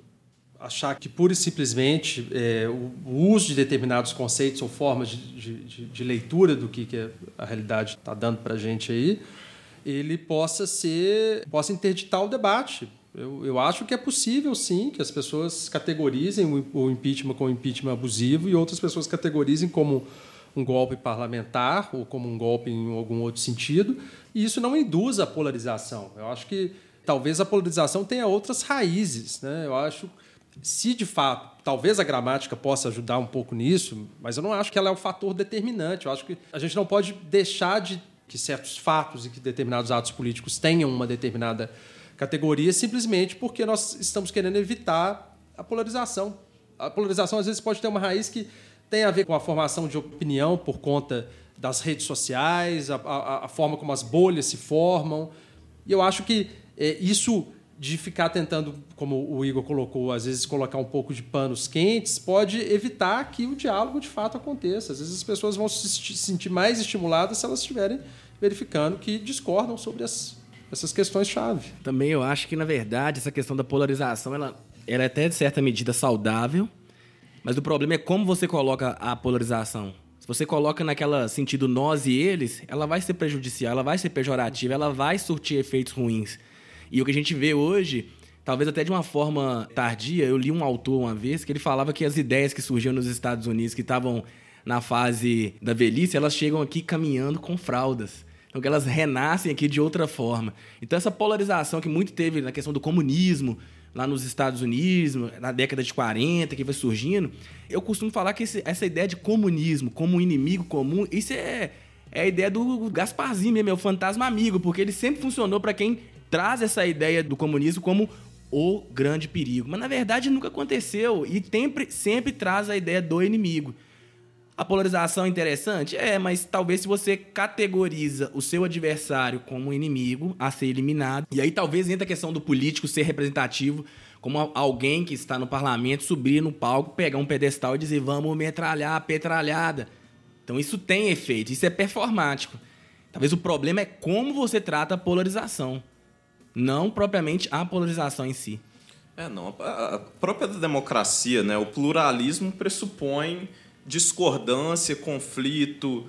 achar que, pura e simplesmente, é, o, o uso de determinados conceitos ou formas de, de, de leitura do que, que a realidade está dando para a gente aí, ele possa ser, possa interditar o debate. Eu, eu acho que é possível, sim, que as pessoas categorizem o, o impeachment como impeachment abusivo e outras pessoas categorizem como um golpe parlamentar ou como um golpe em algum outro sentido, e isso não induz a polarização. Eu acho que talvez a polarização tenha outras raízes, né? Eu acho, se de fato, talvez a gramática possa ajudar um pouco nisso, mas eu não acho que ela é o fator determinante. Eu acho que a gente não pode deixar de que certos fatos e que determinados atos políticos tenham uma determinada categoria simplesmente porque nós estamos querendo evitar a polarização. A polarização, às vezes, pode ter uma raiz que tem a ver com a formação de opinião por conta das redes sociais, a, a, a forma como as bolhas se formam. E eu acho que é, isso de ficar tentando, como o Igor colocou, às vezes colocar um pouco de panos quentes, pode evitar que o diálogo de fato aconteça. Às vezes as pessoas vão se sentir mais estimuladas se elas estiverem verificando que discordam sobre as, essas questões-chave. Também eu acho que, na verdade, essa questão da polarização, ela, ela é até, de certa medida, saudável, mas o problema é como você coloca a polarização. Se você coloca naquela sentido nós e eles, ela vai ser prejudicial, ela vai ser pejorativa, ela vai surtir efeitos ruins. E o que a gente vê hoje, talvez até de uma forma tardia, eu li um autor uma vez que ele falava que as ideias que surgiam nos Estados Unidos, que estavam na fase da velhice, elas chegam aqui caminhando com fraldas. Então, que elas renascem aqui de outra forma. Então, essa polarização que muito teve na questão do comunismo, lá nos Estados Unidos, na década de quarenta, que foi surgindo. Eu costumo falar que esse, essa ideia de comunismo como inimigo comum, isso é, é a ideia do Gasparzinho mesmo, é o fantasma amigo, porque ele sempre funcionou para quem traz essa ideia do comunismo como o grande perigo. Mas, na verdade, nunca aconteceu e sempre, sempre traz a ideia do inimigo. A polarização é interessante? É, mas talvez se você categoriza o seu adversário como um inimigo a ser eliminado, e aí talvez entre a questão do político ser representativo, como alguém que está no parlamento subir no palco, pegar um pedestal e dizer vamos metralhar a petralhada. Então isso tem efeito, isso é performático. Talvez o problema é como você trata a polarização, não propriamente a polarização em si. É, não. A própria democracia, né, o pluralismo pressupõe discordância, conflito,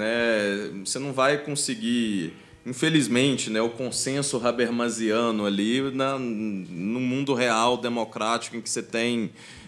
né? Você não vai conseguir, infelizmente, né, o consenso habermasiano ali na, no mundo real democrático em que você tem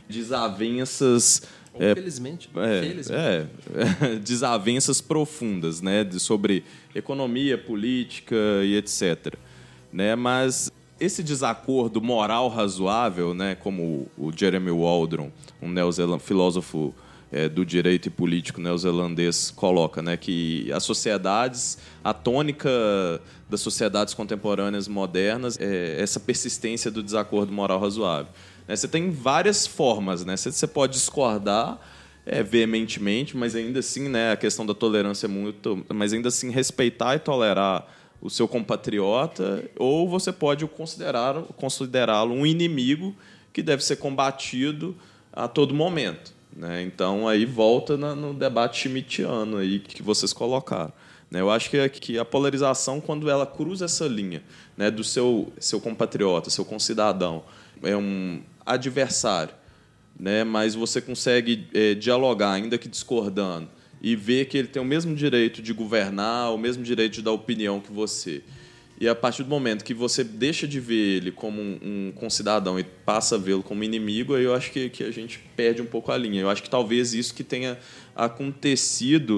desavenças, infelizmente, é, infelizmente. É, é, desavenças profundas, né, de, sobre economia, política e etcétera, né? Mas esse desacordo moral razoável, né, como o Jeremy Waldron, um neozeland, filósofo É, do direito e político neozelandês coloca, né, que as sociedades, a tônica das sociedades contemporâneas modernas é essa persistência do desacordo moral razoável. Né, você tem várias formas, né, você, você pode discordar é, veementemente, mas ainda assim, né, a questão da tolerância é muito, mas ainda assim respeitar e tolerar o seu compatriota, ou você pode considerar, considerá-lo um inimigo que deve ser combatido a todo momento. Né? Então, aí volta na, no debate schmittiano aí que vocês colocaram. Né? Eu acho que, que a polarização, quando ela cruza essa linha, né, do seu, seu compatriota, seu concidadão, é um adversário, né, mas você consegue é, dialogar, ainda que discordando, e ver que ele tem o mesmo direito de governar, o mesmo direito de dar opinião que você. E a partir do momento que você deixa de ver ele como um, um concidadão e passa a vê-lo como inimigo, aí eu acho que, que a gente perde um pouco a linha. Eu acho que talvez isso que tenha acontecido,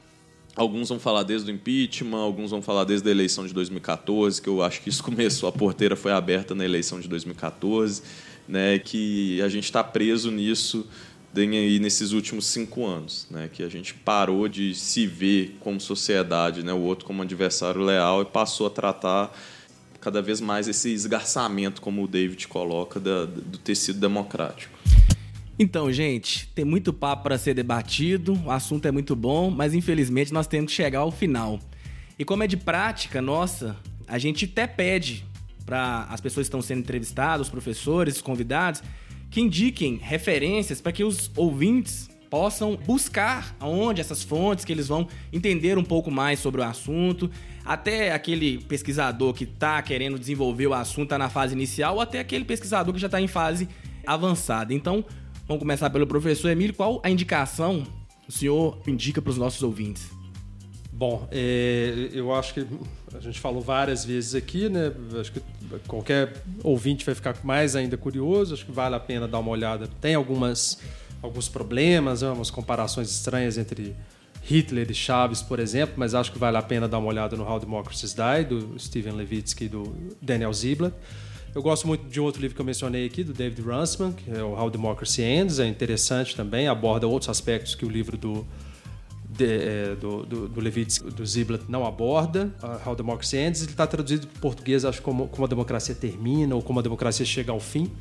alguns vão falar desde o impeachment, alguns vão falar desde a eleição de dois mil e catorze, que eu acho que isso começou, a porteira foi aberta na eleição de dois mil e catorze, né, que a gente está preso nisso aí nesses últimos cinco anos, né, que a gente parou de se ver como sociedade, né, o outro como adversário leal, e passou a tratar cada vez mais esse esgarçamento, como o David coloca, da, do tecido democrático. Então, gente, tem muito papo para ser debatido, o assunto é muito bom, mas infelizmente nós temos que chegar ao final. E como é de prática nossa, a gente até pede para as pessoas que estão sendo entrevistadas, os professores, os convidados, que indiquem referências para que os ouvintes possam buscar onde essas fontes, que eles vão entender um pouco mais sobre o assunto, até aquele pesquisador que está querendo desenvolver o assunto, está na fase inicial, ou até aquele pesquisador que já está em fase avançada. Então, vamos começar pelo professor Emílio. Qual a indicação o senhor indica para os nossos ouvintes? Bom, é, eu acho que a gente falou várias vezes aqui, né? Acho que qualquer ouvinte vai ficar mais ainda curioso. Acho que vale a pena dar uma olhada. Tem algumas, alguns problemas, né? Umas comparações estranhas entre Hitler e Chaves, por exemplo, mas acho que vale a pena dar uma olhada no How Democracies Die, do Steven Levitsky e do Daniel Ziblatt. Eu gosto muito de um outro livro que eu mencionei aqui, do David Runciman, que é o How Democracy Ends. É interessante também, aborda outros aspectos que o livro do De, é, do, do, do Levitsky, do Ziblatt, não aborda. uh, How Democracy Ends, ele está traduzido para o português, acho, como, como a democracia termina ou como a democracia chega ao fim.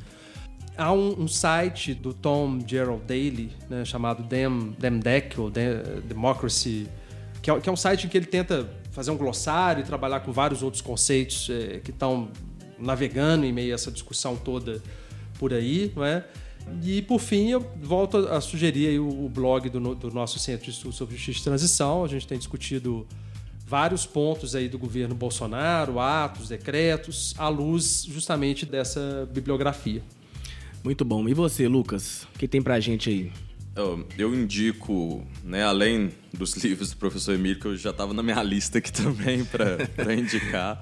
Há um, um site do Tom Gerald Daly, né, chamado Dem, Demdec, ou Dem, Democracy, que é, que é um site em que ele tenta fazer um glossário e trabalhar com vários outros conceitos é, que estão navegando em meio a essa discussão toda por aí, não é? E, por fim, eu volto a sugerir aí o blog do, do nosso Centro de Estudos sobre Justiça e Transição. A gente tem discutido vários pontos aí do governo Bolsonaro, atos, decretos, à luz justamente dessa bibliografia. Muito bom. E você, Lucas? O que tem pra gente aí? Eu, eu indico, né, além dos livros do professor Emílio, que eu já estava na minha lista aqui também para indicar,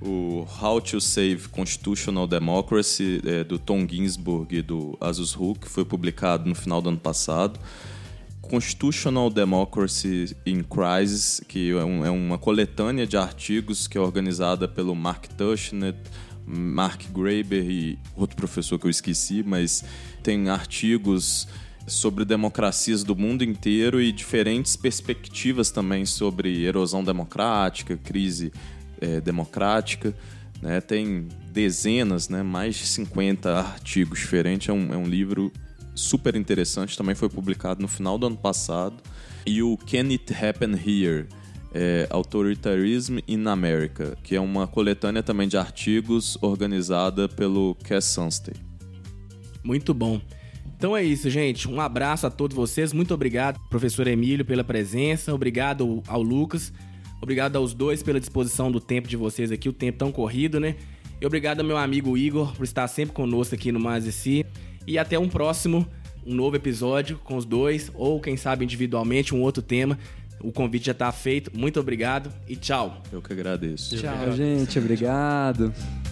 o How to Save Constitutional Democracy, é, do Tom Ginsburg e do Azus Hook, que foi publicado no final do ano passado. Constitutional Democracy in Crisis, que é, um, é uma coletânea de artigos que é organizada pelo Mark Tushnet, Mark Graeber e outro professor que eu esqueci, mas tem artigos sobre democracias do mundo inteiro e diferentes perspectivas também sobre erosão democrática, crise é, democrática. Né? Tem dezenas, né? mais de cinquenta artigos diferentes. É um, é um livro super interessante, também foi publicado no final do ano passado. E o Can It Happen Here? É, Authoritarism in America, que é uma coletânea também de artigos organizada pelo Cass Sunstein. Muito bom. Então é isso, gente. Um abraço a todos vocês. Muito obrigado, professor Emílio, pela presença. Obrigado ao Lucas. Obrigado aos dois pela disposição do tempo de vocês aqui, o tempo tão corrido, né? E obrigado ao meu amigo Igor por estar sempre conosco aqui no Mais e Si. E até um próximo, um novo episódio com os dois, ou quem sabe individualmente, um outro tema. O convite já está feito. Muito obrigado e tchau. Eu que agradeço. Tchau, gente. Obrigado.